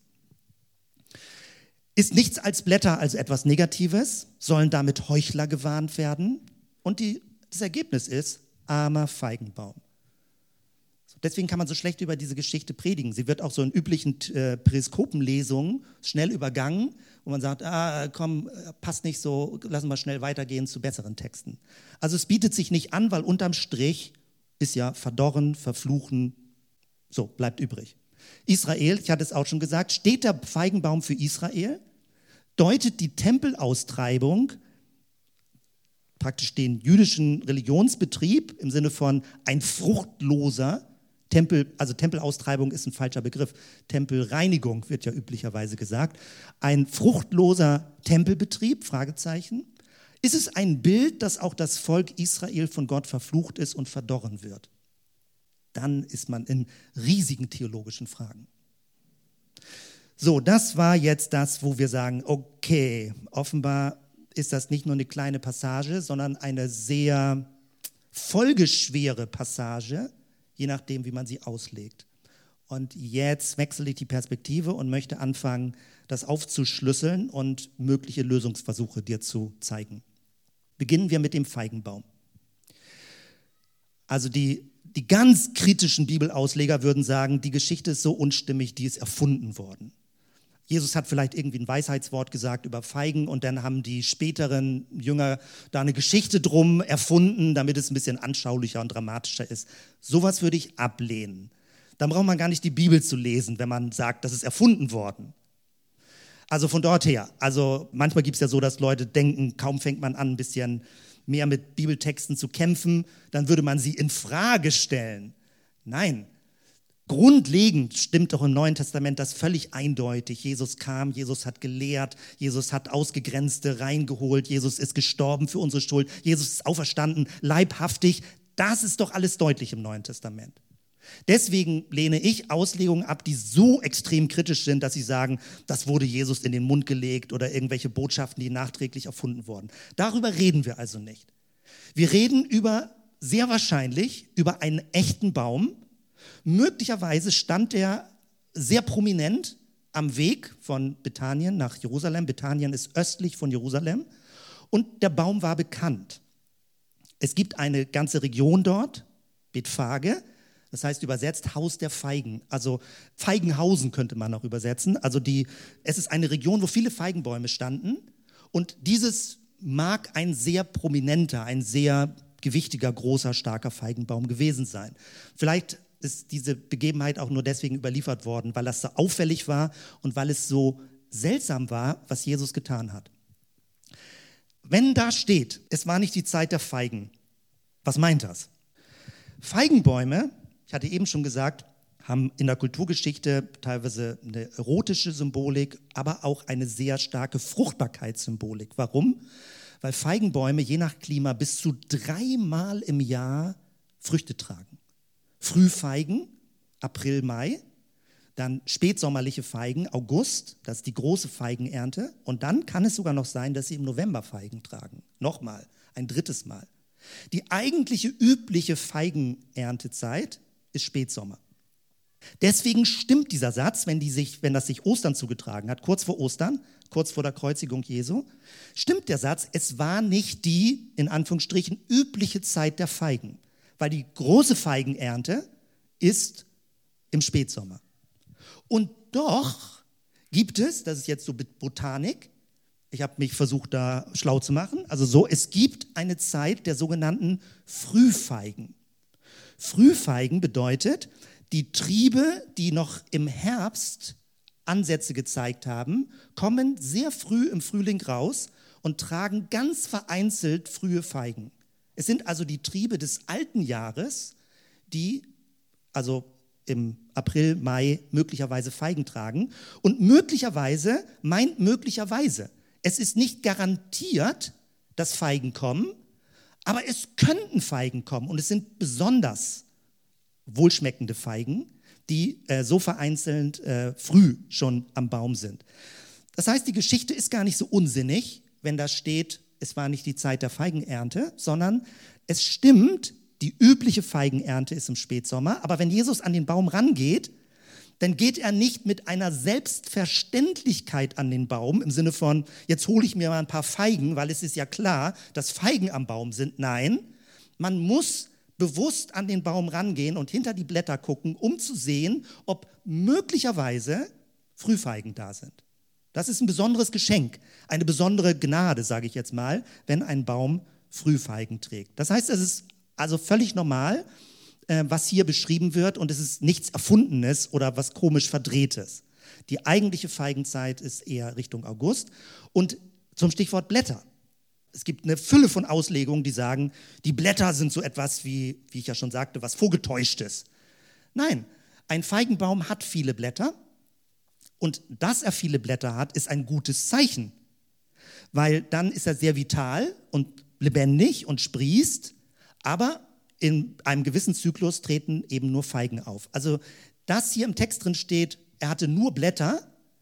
Ist nichts als Blätter also etwas Negatives, sollen damit Heuchler gewarnt werden und das Ergebnis ist armer Feigenbaum. Deswegen kann man so schlecht über diese Geschichte predigen. Sie wird auch so in üblichen Periskopenlesungen schnell übergangen, wo man sagt, komm, passt nicht so, lassen wir schnell weitergehen zu besseren Texten. Also es bietet sich nicht an, weil unterm Strich ist ja verdorren, verfluchen, so bleibt übrig. Israel, ich hatte es auch schon gesagt, steht der Feigenbaum für Israel, deutet die Tempelaustreibung, praktisch den jüdischen Religionsbetrieb im Sinne von ein fruchtloser Tempel, also Tempelaustreibung ist ein falscher Begriff, Tempelreinigung wird ja üblicherweise gesagt, ein fruchtloser Tempelbetrieb, Fragezeichen. Ist es ein Bild, dass auch das Volk Israel von Gott verflucht ist und verdorren wird? Dann ist man in riesigen theologischen Fragen. So, das war jetzt das, wo wir sagen, okay, offenbar ist das nicht nur eine kleine Passage, sondern eine sehr folgeschwere Passage, je nachdem, wie man sie auslegt. Und jetzt wechsle ich die Perspektive und möchte anfangen, das aufzuschlüsseln und mögliche Lösungsversuche dir zu zeigen. Beginnen wir mit dem Feigenbaum. Also die ganz kritischen Bibelausleger würden sagen, die Geschichte ist so unstimmig, die ist erfunden worden. Jesus hat vielleicht irgendwie ein Weisheitswort gesagt über Feigen und dann haben die späteren Jünger da eine Geschichte drum erfunden, damit es ein bisschen anschaulicher und dramatischer ist. Sowas würde ich ablehnen. Dann braucht man gar nicht die Bibel zu lesen, wenn man sagt, das ist erfunden worden. Also von dort her. Also manchmal gibt es ja so, dass Leute denken, kaum fängt man an, ein bisschen mehr mit Bibeltexten zu kämpfen, dann würde man sie in Frage stellen. Nein. Grundlegend stimmt doch im Neuen Testament das völlig eindeutig. Jesus kam, Jesus hat gelehrt, Jesus hat Ausgegrenzte reingeholt, Jesus ist gestorben für unsere Schuld, Jesus ist auferstanden, leibhaftig. Das ist doch alles deutlich im Neuen Testament. Deswegen lehne ich Auslegungen ab, die so extrem kritisch sind, dass sie sagen, das wurde Jesus in den Mund gelegt oder irgendwelche Botschaften, die nachträglich erfunden wurden. Darüber reden wir also nicht. Wir reden sehr wahrscheinlich über einen echten Baum. Möglicherweise stand er sehr prominent am Weg von Bethanien nach Jerusalem. Bethanien ist östlich von Jerusalem und der Baum war bekannt. Es gibt eine ganze Region dort, Bethphage, das heißt übersetzt Haus der Feigen, also Feigenhausen könnte man auch übersetzen. Also es ist eine Region, wo viele Feigenbäume standen und dieses mag ein sehr prominenter, ein sehr gewichtiger, großer, starker Feigenbaum gewesen sein. Vielleicht ist diese Begebenheit auch nur deswegen überliefert worden, weil das so auffällig war und weil es so seltsam war, was Jesus getan hat. Wenn da steht, es war nicht die Zeit der Feigen, was meint das? Feigenbäume, ich hatte eben schon gesagt, haben in der Kulturgeschichte teilweise eine erotische Symbolik, aber auch eine sehr starke Fruchtbarkeitssymbolik. Warum? Weil Feigenbäume je nach Klima bis zu 3-mal im Jahr Früchte tragen. Frühfeigen, April, Mai, dann spätsommerliche Feigen, August, das ist die große Feigenernte. Und dann kann es sogar noch sein, dass sie im November Feigen tragen. Nochmal, ein 3. Mal. Die eigentliche übliche Feigenerntezeit ist Spätsommer. Deswegen stimmt dieser Satz, wenn das sich Ostern zugetragen hat, kurz vor Ostern, kurz vor der Kreuzigung Jesu, stimmt der Satz, es war nicht die, in Anführungsstrichen, übliche Zeit der Feigen, weil die große Feigenernte ist im Spätsommer. Und doch gibt es, das ist jetzt so Botanik, ich habe mich versucht, da schlau zu machen, also so, es gibt eine Zeit der sogenannten Frühfeigen. Frühfeigen bedeutet, die Triebe, die noch im Herbst Ansätze gezeigt haben, kommen sehr früh im Frühling raus und tragen ganz vereinzelt frühe Feigen. Es sind also die Triebe des alten Jahres, die also im April, Mai möglicherweise Feigen tragen. Und möglicherweise meint möglicherweise. Es ist nicht garantiert, dass Feigen kommen, aber es könnten Feigen kommen. Und es sind besonders wohlschmeckende Feigen, die so vereinzelt früh schon am Baum sind. Das heißt, die Geschichte ist gar nicht so unsinnig, wenn da steht, es war nicht die Zeit der Feigenernte, sondern es stimmt, die übliche Feigenernte ist im Spätsommer, aber wenn Jesus an den Baum rangeht, dann geht er nicht mit einer Selbstverständlichkeit an den Baum, im Sinne von, jetzt hole ich mir mal ein paar Feigen, weil es ist ja klar, dass Feigen am Baum sind. Nein, man muss bewusst an den Baum rangehen und hinter die Blätter gucken, um zu sehen, ob möglicherweise Frühfeigen da sind. Das ist ein besonderes Geschenk, eine besondere Gnade, sage ich jetzt mal, wenn ein Baum Frühfeigen trägt. Das heißt, es ist also völlig normal, was hier beschrieben wird, und es ist nichts Erfundenes oder was komisch Verdrehtes. Die eigentliche Feigenzeit ist eher Richtung August. Und zum Stichwort Blätter. Es gibt eine Fülle von Auslegungen, die sagen, die Blätter sind so etwas wie ich ja schon sagte, was Vorgetäuschtes. Nein, ein Feigenbaum hat viele Blätter, und dass er viele Blätter hat, ist ein gutes Zeichen, weil dann ist er sehr vital und lebendig und sprießt, aber in einem gewissen Zyklus treten eben nur Feigen auf. Also das hier im Text drin steht, er hatte nur Blätter,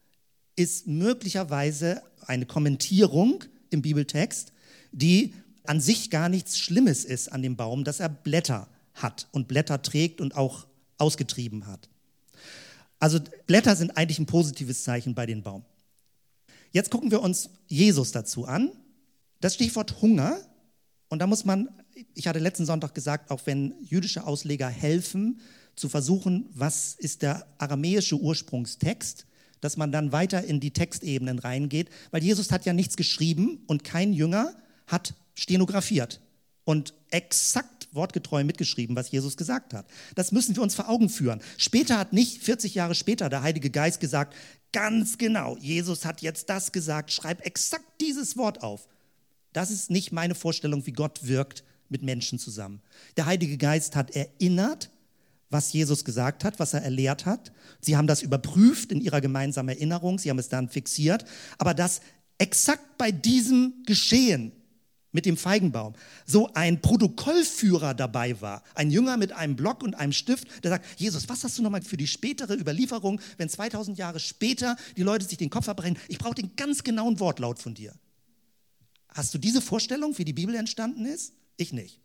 ist möglicherweise eine Kommentierung im Bibeltext, die an sich gar nichts Schlimmes ist an dem Baum, dass er Blätter hat und Blätter trägt und auch ausgetrieben hat. Also Blätter sind eigentlich ein positives Zeichen bei dem Baum. Jetzt gucken wir uns Jesus dazu an. Das Stichwort Hunger, und da muss man, ich hatte letzten Sonntag gesagt, auch wenn jüdische Ausleger helfen, zu versuchen, was ist der aramäische Ursprungstext, dass man dann weiter in die Textebenen reingeht, weil Jesus hat ja nichts geschrieben und kein Jünger hat stenografiert und exakt wortgetreu mitgeschrieben, was Jesus gesagt hat. Das müssen wir uns vor Augen führen. Später hat nicht 40 Jahre später der Heilige Geist gesagt, ganz genau, Jesus hat jetzt das gesagt, schreib exakt dieses Wort auf. Das ist nicht meine Vorstellung, wie Gott wirkt mit Menschen zusammen. Der Heilige Geist hat erinnert, was Jesus gesagt hat, was er erlehrt hat. Sie haben das überprüft in ihrer gemeinsamen Erinnerung, sie haben es dann fixiert. Aber dass exakt bei diesem Geschehen mit dem Feigenbaum so ein Protokollführer dabei war, ein Jünger mit einem Block und einem Stift, der sagt, Jesus, was hast du nochmal für die spätere Überlieferung, wenn 2000 Jahre später die Leute sich den Kopf verbrennen? Ich brauche den ganz genauen Wortlaut von dir. Hast du diese Vorstellung, wie die Bibel entstanden ist? Ich nicht.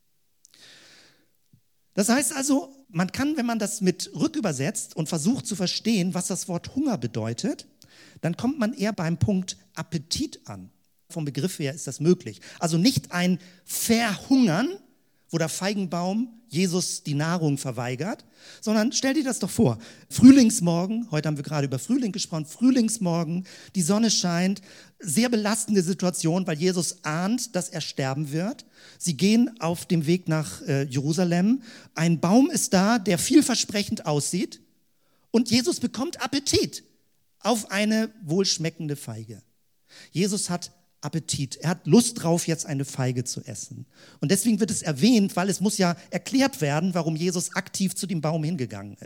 Das heißt also, man kann, wenn man das mit rückübersetzt und versucht zu verstehen, was das Wort Hunger bedeutet, dann kommt man eher beim Punkt Appetit an. Vom Begriff her ist das möglich. Also nicht ein Verhungern, wo der Feigenbaum Jesus die Nahrung verweigert, sondern stell dir das doch vor, Frühlingsmorgen, heute haben wir gerade über Frühling gesprochen, Frühlingsmorgen, die Sonne scheint, sehr belastende Situation, weil Jesus ahnt, dass er sterben wird. Sie gehen auf dem Weg nach Jerusalem, ein Baum ist da, der vielversprechend aussieht, und Jesus bekommt Appetit auf eine wohlschmeckende Feige. Jesus hat Appetit. Er hat Lust drauf, jetzt eine Feige zu essen. Und deswegen wird es erwähnt, weil es muss ja erklärt werden, warum Jesus aktiv zu dem Baum hingegangen ist.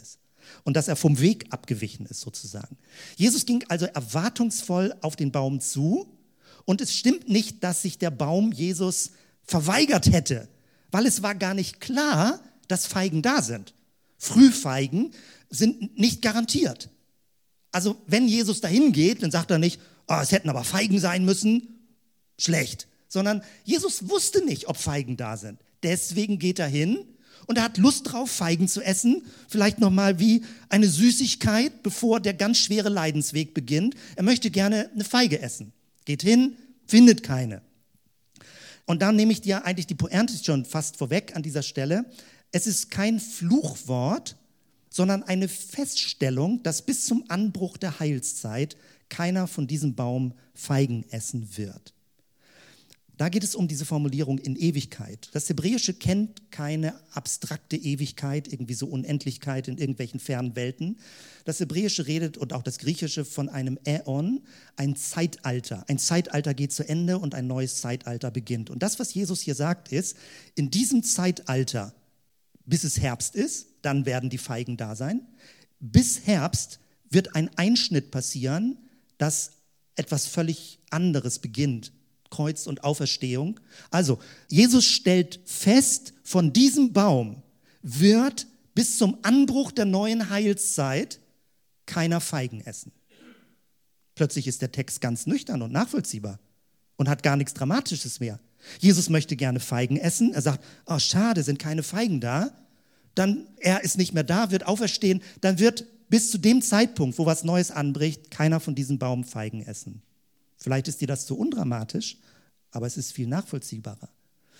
und dass er vom Weg abgewichen ist sozusagen. Jesus ging also erwartungsvoll auf den Baum zu und es stimmt nicht, dass sich der Baum Jesus verweigert hätte, weil es war gar nicht klar, dass Feigen da sind. Frühfeigen sind nicht garantiert. Also wenn Jesus dahin geht, dann sagt er nicht, es hätten aber Feigen sein müssen, schlecht. Sondern Jesus wusste nicht, ob Feigen da sind. Deswegen geht er hin und er hat Lust drauf, Feigen zu essen. Vielleicht nochmal wie eine Süßigkeit, bevor der ganz schwere Leidensweg beginnt. Er möchte gerne eine Feige essen. Geht hin, findet keine. Und dann nehme ich dir eigentlich die Pointe schon fast vorweg an dieser Stelle. Es ist kein Fluchwort, sondern eine Feststellung, dass bis zum Anbruch der Heilszeit keiner von diesem Baum Feigen essen wird. Da geht es um diese Formulierung in Ewigkeit. Das Hebräische kennt keine abstrakte Ewigkeit, irgendwie so Unendlichkeit in irgendwelchen fernen Welten. Das Hebräische redet und auch das Griechische von einem Äon, ein Zeitalter. Ein Zeitalter geht zu Ende und ein neues Zeitalter beginnt. Und das, was Jesus hier sagt, ist, in diesem Zeitalter, bis es Herbst ist, dann werden die Feigen da sein. Bis Herbst wird ein Einschnitt passieren, dass etwas völlig anderes beginnt. Kreuz und Auferstehung. Also, Jesus stellt fest, von diesem Baum wird bis zum Anbruch der neuen Heilszeit keiner Feigen essen. Plötzlich ist der Text ganz nüchtern und nachvollziehbar und hat gar nichts Dramatisches mehr. Jesus möchte gerne Feigen essen. Er sagt, schade, sind keine Feigen da. Dann, er ist nicht mehr da, wird auferstehen. Dann wird bis zu dem Zeitpunkt, wo was Neues anbricht, keiner von diesem Baum Feigen essen. Vielleicht ist dir das zu undramatisch, aber es ist viel nachvollziehbarer.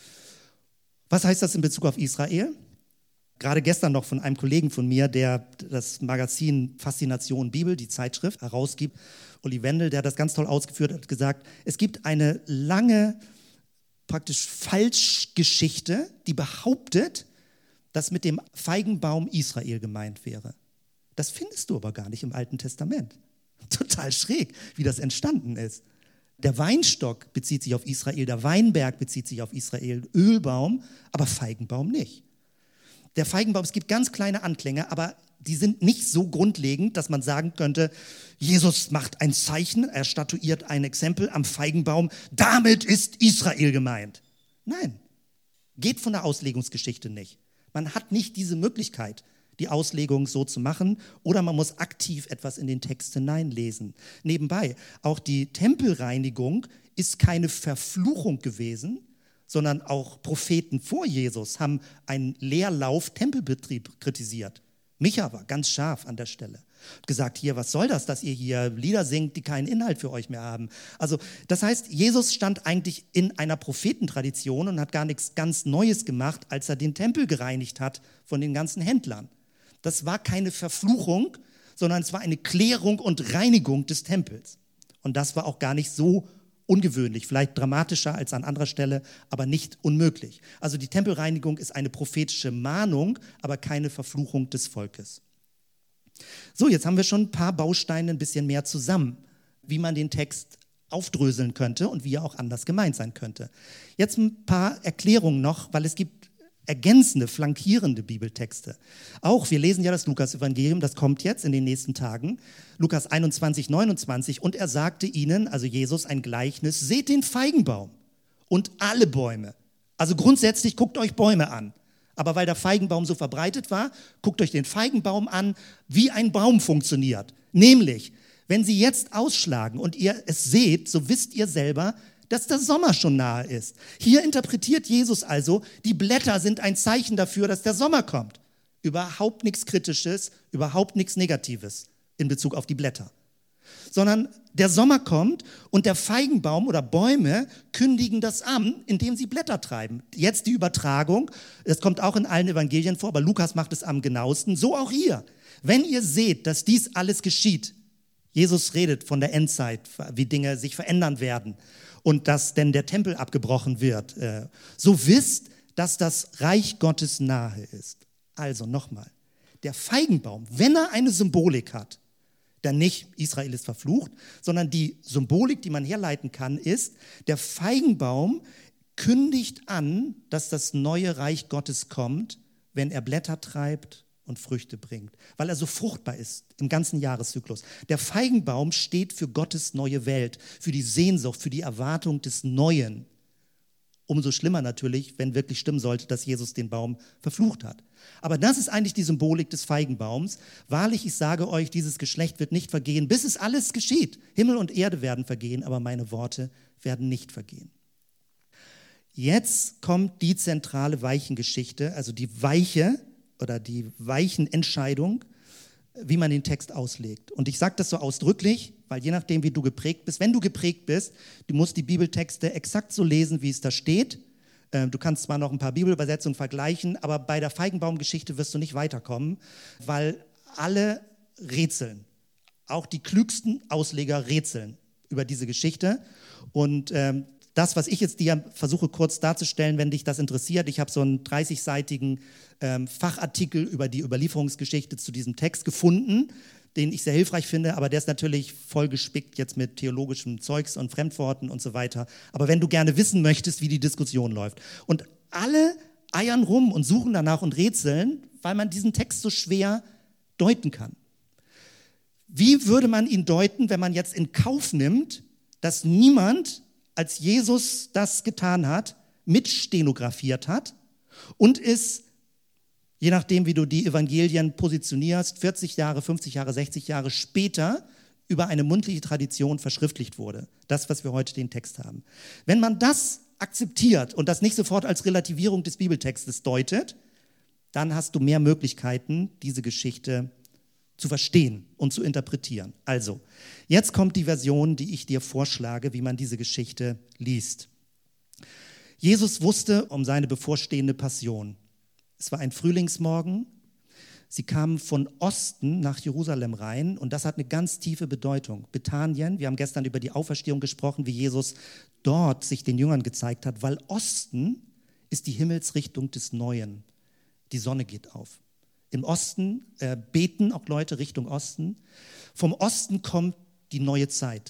Was heißt das in Bezug auf Israel? Gerade gestern noch von einem Kollegen von mir, der das Magazin Faszination Bibel, die Zeitschrift, herausgibt, Uli Wendel, der hat das ganz toll ausgeführt, hat gesagt, es gibt eine lange, praktisch Falschgeschichte, die behauptet, dass mit dem Feigenbaum Israel gemeint wäre. Das findest du aber gar nicht im Alten Testament. Total schräg, wie das entstanden ist. Der Weinstock bezieht sich auf Israel, der Weinberg bezieht sich auf Israel, Ölbaum, aber Feigenbaum nicht. Der Feigenbaum, es gibt ganz kleine Anklänge, aber die sind nicht so grundlegend, dass man sagen könnte, Jesus macht ein Zeichen, er statuiert ein Exempel am Feigenbaum, damit ist Israel gemeint. Nein, geht von der Auslegungsgeschichte nicht. Man hat nicht diese Möglichkeit, die Auslegung so zu machen, oder man muss aktiv etwas in den Text hineinlesen. Nebenbei, auch die Tempelreinigung ist keine Verfluchung gewesen, sondern auch Propheten vor Jesus haben einen Leerlauf-Tempelbetrieb kritisiert. Micha war ganz scharf an der Stelle. Hat gesagt, hier, was soll das, dass ihr hier Lieder singt, die keinen Inhalt für euch mehr haben. Also das heißt, Jesus stand eigentlich in einer Prophetentradition und hat gar nichts ganz Neues gemacht, als er den Tempel gereinigt hat von den ganzen Händlern. Das war keine Verfluchung, sondern es war eine Klärung und Reinigung des Tempels. Und das war auch gar nicht so ungewöhnlich, vielleicht dramatischer als an anderer Stelle, aber nicht unmöglich. Also die Tempelreinigung ist eine prophetische Mahnung, aber keine Verfluchung des Volkes. So, jetzt haben wir schon ein paar Bausteine ein bisschen mehr zusammen, wie man den Text aufdröseln könnte und wie er auch anders gemeint sein könnte. Jetzt ein paar Erklärungen noch, weil es gibt ergänzende, flankierende Bibeltexte. Auch, wir lesen ja das Lukas-Evangelium, das kommt jetzt in den nächsten Tagen, Lukas 21, 29, und er sagte ihnen, also Jesus, ein Gleichnis, seht den Feigenbaum und alle Bäume. Also grundsätzlich guckt euch Bäume an. Aber weil der Feigenbaum so verbreitet war, guckt euch den Feigenbaum an, wie ein Baum funktioniert. Nämlich, wenn sie jetzt ausschlagen und ihr es seht, so wisst ihr selber, dass der Sommer schon nahe ist. Hier interpretiert Jesus also, die Blätter sind ein Zeichen dafür, dass der Sommer kommt. Überhaupt nichts Kritisches, überhaupt nichts Negatives in Bezug auf die Blätter. Sondern der Sommer kommt und der Feigenbaum oder Bäume kündigen das an, indem sie Blätter treiben. Jetzt die Übertragung, das kommt auch in allen Evangelien vor, aber Lukas macht es am genauesten, so auch hier. Wenn ihr seht, dass dies alles geschieht, Jesus redet von der Endzeit, wie Dinge sich verändern werden und dass denn der Tempel abgebrochen wird, so wisst, dass das Reich Gottes nahe ist. Also nochmal, der Feigenbaum, wenn er eine Symbolik hat, dann nicht Israel ist verflucht, sondern die Symbolik, die man herleiten kann, ist, der Feigenbaum kündigt an, dass das neue Reich Gottes kommt, wenn er Blätter treibt und Früchte bringt, weil er so fruchtbar ist im ganzen Jahreszyklus. Der Feigenbaum steht für Gottes neue Welt, für die Sehnsucht, für die Erwartung des Neuen. Umso schlimmer natürlich, wenn wirklich stimmen sollte, dass Jesus den Baum verflucht hat. Aber das ist eigentlich die Symbolik des Feigenbaums. Wahrlich, ich sage euch, dieses Geschlecht wird nicht vergehen, bis es alles geschieht. Himmel und Erde werden vergehen, aber meine Worte werden nicht vergehen. Jetzt kommt die zentrale Weichengeschichte, also die Weiche oder die Weichenentscheidung, wie man den Text auslegt. Und ich sage das so ausdrücklich, weil je nachdem, wie du geprägt bist, wenn du geprägt bist, du musst die Bibeltexte exakt so lesen, wie es da steht. Du kannst zwar noch ein paar Bibelübersetzungen vergleichen, aber bei der Feigenbaumgeschichte wirst du nicht weiterkommen, weil alle rätseln. Auch die klügsten Ausleger rätseln über diese Geschichte. Und das, was ich jetzt dir versuche kurz darzustellen, wenn dich das interessiert, ich habe so einen 30-seitigen Fachartikel über die Überlieferungsgeschichte zu diesem Text gefunden, den ich sehr hilfreich finde, aber der ist natürlich voll gespickt jetzt mit theologischem Zeugs und Fremdworten und so weiter. Aber wenn du gerne wissen möchtest, wie die Diskussion läuft. Und alle eiern rum und suchen danach und rätseln, weil man diesen Text so schwer deuten kann. Wie würde man ihn deuten, wenn man jetzt in Kauf nimmt, dass niemand, als Jesus das getan hat, mitstenografiert hat und es, je nachdem, wie du die Evangelien positionierst, 40 Jahre, 50 Jahre, 60 Jahre später über eine mundliche Tradition verschriftlicht wurde. Das, was wir heute den Text haben. Wenn man das akzeptiert und das nicht sofort als Relativierung des Bibeltextes deutet, dann hast du mehr Möglichkeiten, diese Geschichte zu verstehen und zu interpretieren. Also, jetzt kommt die Version, die ich dir vorschlage, wie man diese Geschichte liest. Jesus wusste um seine bevorstehende Passion. Es war ein Frühlingsmorgen. Sie kamen von Osten nach Jerusalem rein und das hat eine ganz tiefe Bedeutung. Bethanien, wir haben gestern über die Auferstehung gesprochen, wie Jesus dort sich den Jüngern gezeigt hat, weil Osten ist die Himmelsrichtung des Neuen. Die Sonne geht auf. Im Osten beten auch Leute Richtung Osten. Vom Osten kommt die neue Zeit.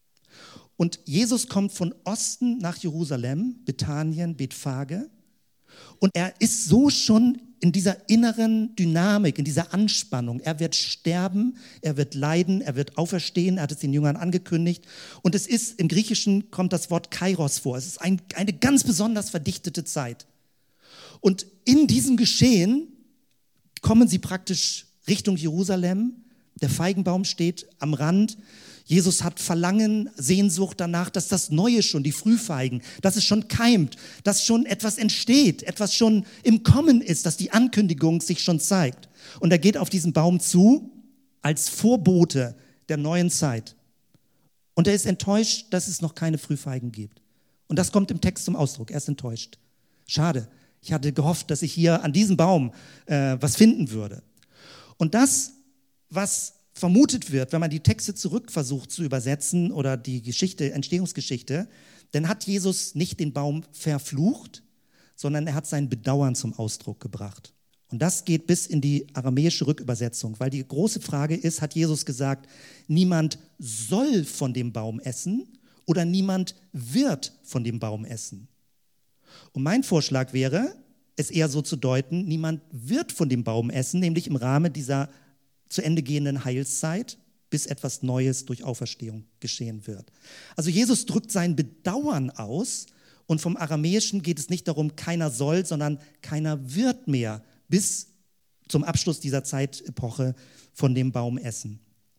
Und Jesus kommt von Osten nach Jerusalem, Bethanien, Bethphage. Und er ist so schon in dieser inneren Dynamik, in dieser Anspannung. Er wird sterben, er wird leiden, er wird auferstehen. Er hat es den Jüngern angekündigt. Und es ist, im Griechischen kommt das Wort Kairos vor. Es ist eine ganz besonders verdichtete Zeit. Und in diesem Geschehen kommen sie praktisch Richtung Jerusalem. Der Feigenbaum steht am Rand. Jesus hat Verlangen, Sehnsucht danach, dass das Neue schon, die Frühfeigen, dass es schon keimt, dass schon etwas entsteht, etwas schon im Kommen ist, dass die Ankündigung sich schon zeigt. Und er geht auf diesen Baum zu als Vorbote der neuen Zeit. Und er ist enttäuscht, dass es noch keine Frühfeigen gibt. Und das kommt im Text zum Ausdruck. Er ist enttäuscht. Schade. Ich hatte gehofft, dass ich hier an diesem Baum was finden würde. Und das, was vermutet wird, wenn man die Texte zurück versucht zu übersetzen oder die Geschichte, Entstehungsgeschichte, dann hat Jesus nicht den Baum verflucht, sondern er hat sein Bedauern zum Ausdruck gebracht. Und das geht bis in die aramäische Rückübersetzung, weil die große Frage ist, hat Jesus gesagt, niemand soll von dem Baum essen oder niemand wird von dem Baum essen? Und mein Vorschlag wäre, es eher so zu deuten, niemand wird von dem Baum essen, nämlich im Rahmen dieser zu Ende gehenden Heilszeit, bis etwas Neues durch Auferstehung geschehen wird. Also Jesus drückt sein Bedauern aus und vom Aramäischen geht es nicht darum, keiner soll, sondern keiner wird mehr bis zum Abschluss dieser Zeitepoche von dem Baum essen.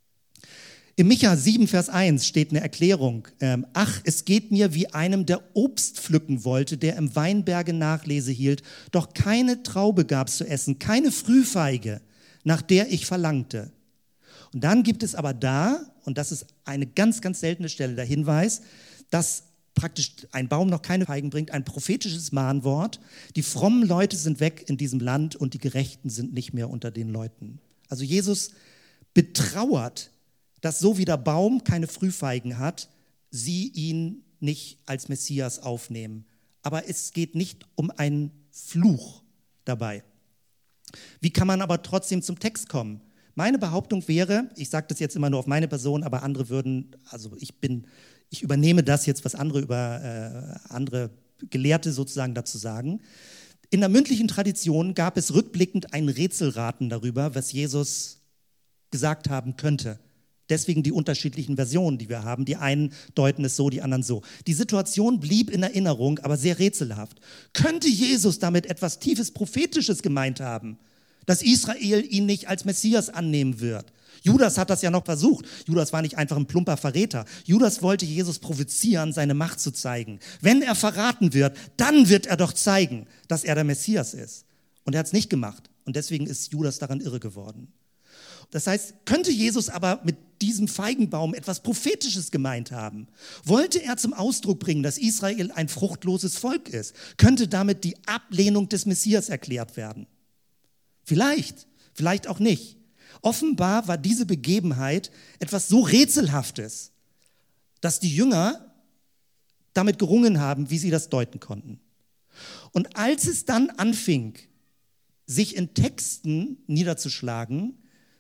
Im Micha 7, Vers 1 steht eine Erklärung. Ach, es geht mir wie einem, der Obst pflücken wollte, der im Weinberge Nachlese hielt, doch keine Traube gab's zu essen, keine Frühfeige, nach der ich verlangte. Und dann gibt es aber da, und das ist eine ganz, ganz seltene Stelle, der Hinweis, dass praktisch ein Baum noch keine Feigen bringt, ein prophetisches Mahnwort. Die frommen Leute sind weg in diesem Land und die Gerechten sind nicht mehr unter den Leuten. Also Jesus betrauert, dass so wie der Baum keine Frühfeigen hat, sie ihn nicht als Messias aufnehmen. Aber es geht nicht um einen Fluch dabei. Wie kann man aber trotzdem zum Text kommen? Meine Behauptung wäre, ich sage das jetzt immer nur auf meine Person, aber andere würden, also ich übernehme das jetzt, was andere über andere Gelehrte sozusagen dazu sagen. In der mündlichen Tradition gab es rückblickend ein Rätselraten darüber, was Jesus gesagt haben könnte. Deswegen die unterschiedlichen Versionen, die wir haben. Die einen deuten es so, die anderen so. Die Situation blieb in Erinnerung, aber sehr rätselhaft. Könnte Jesus damit etwas tiefes Prophetisches gemeint haben, dass Israel ihn nicht als Messias annehmen wird? Judas hat das ja noch versucht. Judas war nicht einfach ein plumper Verräter. Judas wollte Jesus provozieren, seine Macht zu zeigen. Wenn er verraten wird, dann wird er doch zeigen, dass er der Messias ist. Und er hat es nicht gemacht. Und deswegen ist Judas daran irre geworden. Das heißt, könnte Jesus aber mit diesem Feigenbaum etwas Prophetisches gemeint haben? Wollte er zum Ausdruck bringen, dass Israel ein fruchtloses Volk ist? Könnte damit die Ablehnung des Messias erklärt werden? Vielleicht, vielleicht auch nicht. Offenbar war diese Begebenheit etwas so Rätselhaftes, dass die Jünger damit gerungen haben, wie sie das deuten konnten. Und als es dann anfing, sich in Texten niederzuschlagen,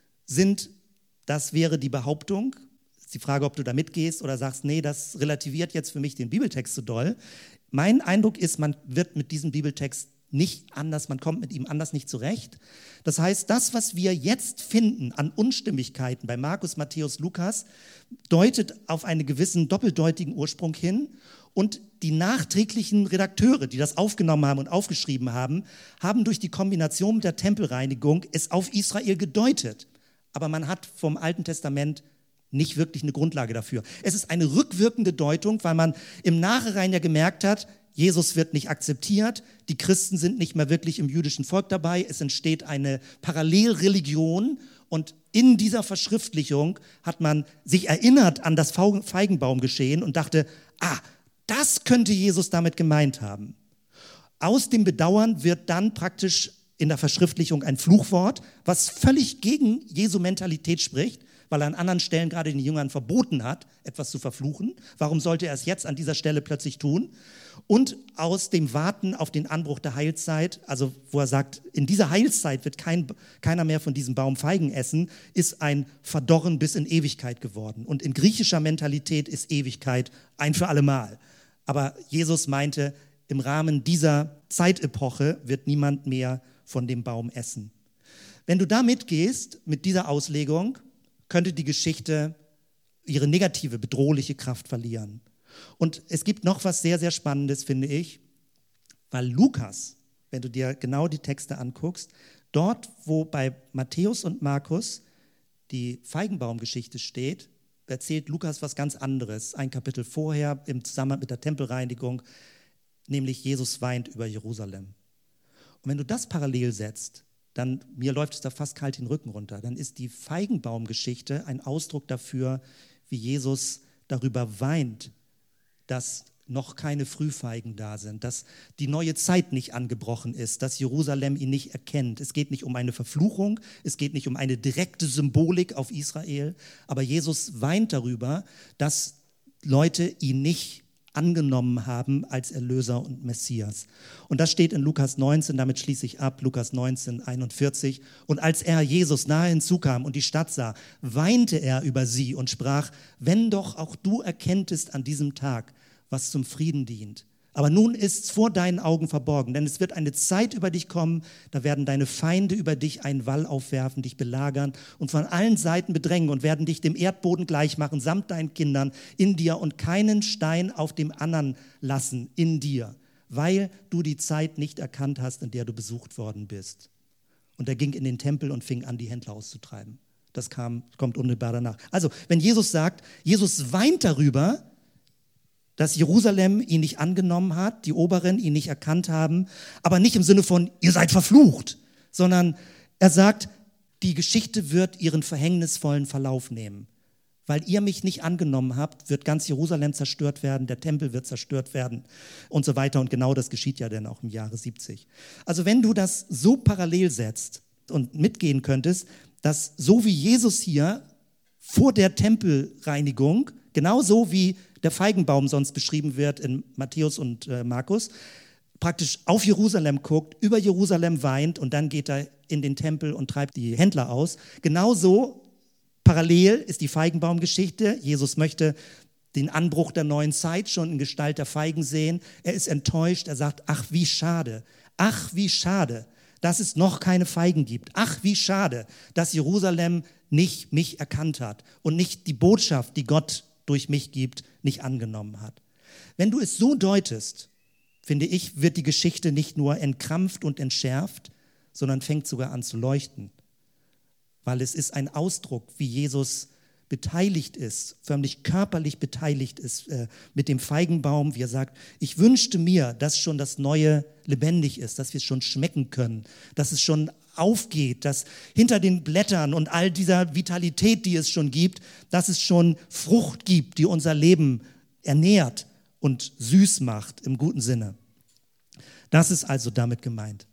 das wäre die Behauptung, ist die Frage, ob du da mitgehst oder sagst, nee, das relativiert jetzt für mich den Bibeltext so doll. Mein Eindruck ist, man wird mit diesem Bibeltext nicht anders, man kommt mit ihm anders nicht zurecht. Das heißt, das, was wir jetzt finden an Unstimmigkeiten bei Markus, Matthäus, Lukas, deutet auf einen gewissen doppeldeutigen Ursprung hin. Und die nachträglichen Redakteure, die das aufgenommen haben und aufgeschrieben haben, haben durch die Kombination mit der Tempelreinigung es auf Israel gedeutet. Aber man hat vom Alten Testament nicht wirklich eine Grundlage dafür. Es ist eine rückwirkende Deutung, weil man im Nachhinein ja gemerkt hat, Jesus wird nicht akzeptiert, die Christen sind nicht mehr wirklich im jüdischen Volk dabei, es entsteht eine Parallelreligion und in dieser Verschriftlichung hat man sich erinnert an das Feigenbaumgeschehen und dachte, das könnte Jesus damit gemeint haben. Aus dem Bedauern wird dann praktisch in der Verschriftlichung ein Fluchwort, was völlig gegen Jesu Mentalität spricht, weil er an anderen Stellen gerade den Jüngern verboten hat, etwas zu verfluchen. Warum sollte er es jetzt an dieser Stelle plötzlich tun? Und aus dem Warten auf den Anbruch der Heilszeit, also wo er sagt, in dieser Heilszeit wird keiner mehr von diesem Baum Feigen essen, ist ein Verdorren bis in Ewigkeit geworden. Und in griechischer Mentalität ist Ewigkeit ein für alle Mal. Aber Jesus meinte, im Rahmen dieser Zeitepoche wird niemand mehr von dem Baum essen. Wenn du da mitgehst, mit dieser Auslegung, könnte die Geschichte ihre negative, bedrohliche Kraft verlieren. Und es gibt noch was sehr, sehr Spannendes, finde ich, weil Lukas, wenn du dir genau die Texte anguckst, dort, wo bei Matthäus und Markus die Feigenbaumgeschichte steht, erzählt Lukas was ganz anderes. Ein Kapitel vorher im Zusammenhang mit der Tempelreinigung, nämlich Jesus weint über Jerusalem. Und wenn du das parallel setzt, dann, mir läuft es da fast kalt den Rücken runter, dann ist die Feigenbaumgeschichte ein Ausdruck dafür, wie Jesus darüber weint, dass noch keine Frühfeigen da sind, dass die neue Zeit nicht angebrochen ist, dass Jerusalem ihn nicht erkennt. Es geht nicht um eine Verfluchung, es geht nicht um eine direkte Symbolik auf Israel, aber Jesus weint darüber, dass Leute ihn nicht angenommen haben als Erlöser und Messias. Und das steht in Lukas 19, damit schließe ich ab, Lukas 19, 41. Und als er, Jesus, nahe hinzukam und die Stadt sah, weinte er über sie und sprach, wenn doch auch du erkenntest an diesem Tag, was zum Frieden dient. Aber nun ist's vor deinen Augen verborgen, denn es wird eine Zeit über dich kommen, da werden deine Feinde über dich einen Wall aufwerfen, dich belagern und von allen Seiten bedrängen und werden dich dem Erdboden gleich machen, samt deinen Kindern in dir und keinen Stein auf dem anderen lassen in dir, weil du die Zeit nicht erkannt hast, in der du besucht worden bist. Und er ging in den Tempel und fing an, die Händler auszutreiben. Das kommt unmittelbar danach. Also, wenn Jesus sagt, Jesus weint darüber, dass Jerusalem ihn nicht angenommen hat, die Oberen ihn nicht erkannt haben, aber nicht im Sinne von, ihr seid verflucht, sondern er sagt, die Geschichte wird ihren verhängnisvollen Verlauf nehmen. Weil ihr mich nicht angenommen habt, wird ganz Jerusalem zerstört werden, der Tempel wird zerstört werden und so weiter. Und genau das geschieht ja dann auch im Jahre 70. Also wenn du das so parallel setzt und mitgehen könntest, dass so wie Jesus hier vor der Tempelreinigung, genauso wie der Feigenbaum sonst beschrieben wird in Matthäus und Markus, praktisch auf Jerusalem guckt, über Jerusalem weint und dann geht er in den Tempel und treibt die Händler aus. Genauso parallel ist die Feigenbaumgeschichte. Jesus möchte den Anbruch der neuen Zeit schon in Gestalt der Feigen sehen. Er ist enttäuscht, er sagt, ach wie schade. Ach, wie schade, dass es noch keine Feigen gibt. Ach, wie schade, dass Jerusalem nicht mich erkannt hat und nicht die Botschaft, die Gott durch mich gibt, nicht angenommen hat. Wenn du es so deutest, finde ich, wird die Geschichte nicht nur entkrampft und entschärft, sondern fängt sogar an zu leuchten. Weil es ist ein Ausdruck, wie Jesus beteiligt ist, förmlich körperlich beteiligt ist mit dem Feigenbaum, wie er sagt, ich wünschte mir, dass schon das Neue lebendig ist, dass wir es schon schmecken können, dass es schon aufgeht, dass hinter den Blättern und all dieser Vitalität, die es schon gibt, dass es schon Frucht gibt, die unser Leben ernährt und süß macht im guten Sinne. Das ist also damit gemeint.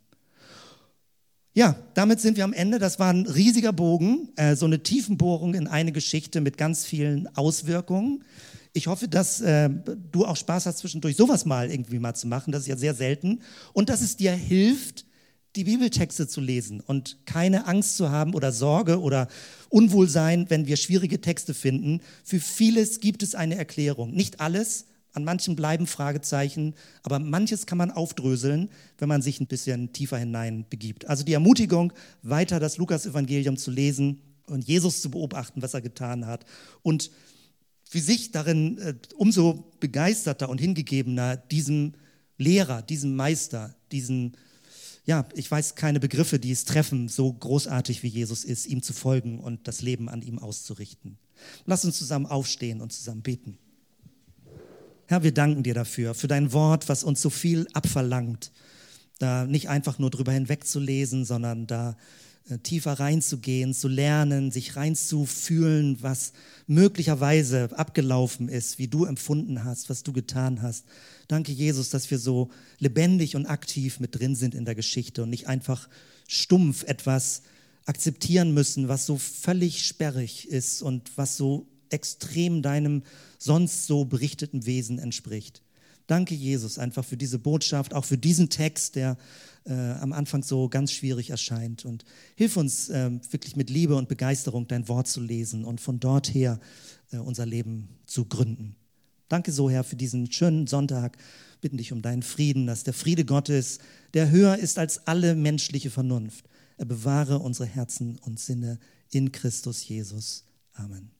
Ja, damit sind wir am Ende. Das war ein riesiger Bogen, so eine Tiefenbohrung in eine Geschichte mit ganz vielen Auswirkungen. Ich hoffe, dass du auch Spaß hast, zwischendurch sowas mal irgendwie mal zu machen. Das ist ja sehr selten. Und dass es dir hilft, die Bibeltexte zu lesen und keine Angst zu haben oder Sorge oder Unwohlsein, wenn wir schwierige Texte finden. Für vieles gibt es eine Erklärung. Nicht alles. An manchen bleiben Fragezeichen, aber manches kann man aufdröseln, wenn man sich ein bisschen tiefer hinein begibt. Also die Ermutigung, weiter das Lukas-Evangelium zu lesen und Jesus zu beobachten, was er getan hat und für sich darin umso begeisterter und hingegebener diesem Lehrer, diesem Meister, diesen, ja, ich weiß keine Begriffe, die es treffen, so großartig wie Jesus ist, ihm zu folgen und das Leben an ihm auszurichten. Lass uns zusammen aufstehen und zusammen beten. Herr, wir danken dir dafür, für dein Wort, was uns so viel abverlangt, da nicht einfach nur drüber hinwegzulesen, sondern da tiefer reinzugehen, zu lernen, sich reinzufühlen, was möglicherweise abgelaufen ist, wie du empfunden hast, was du getan hast. Danke, Jesus, dass wir so lebendig und aktiv mit drin sind in der Geschichte und nicht einfach stumpf etwas akzeptieren müssen, was so völlig sperrig ist und was so extrem deinem sonst so berichteten Wesen entspricht. Danke, Jesus, einfach für diese Botschaft, auch für diesen Text, der am Anfang so ganz schwierig erscheint. Und hilf uns wirklich mit Liebe und Begeisterung dein Wort zu lesen und von dort her unser Leben zu gründen. Danke so, Herr, für diesen schönen Sonntag. Bitten dich um deinen Frieden, dass der Friede Gottes, der höher ist als alle menschliche Vernunft, er bewahre unsere Herzen und Sinne in Christus Jesus. Amen.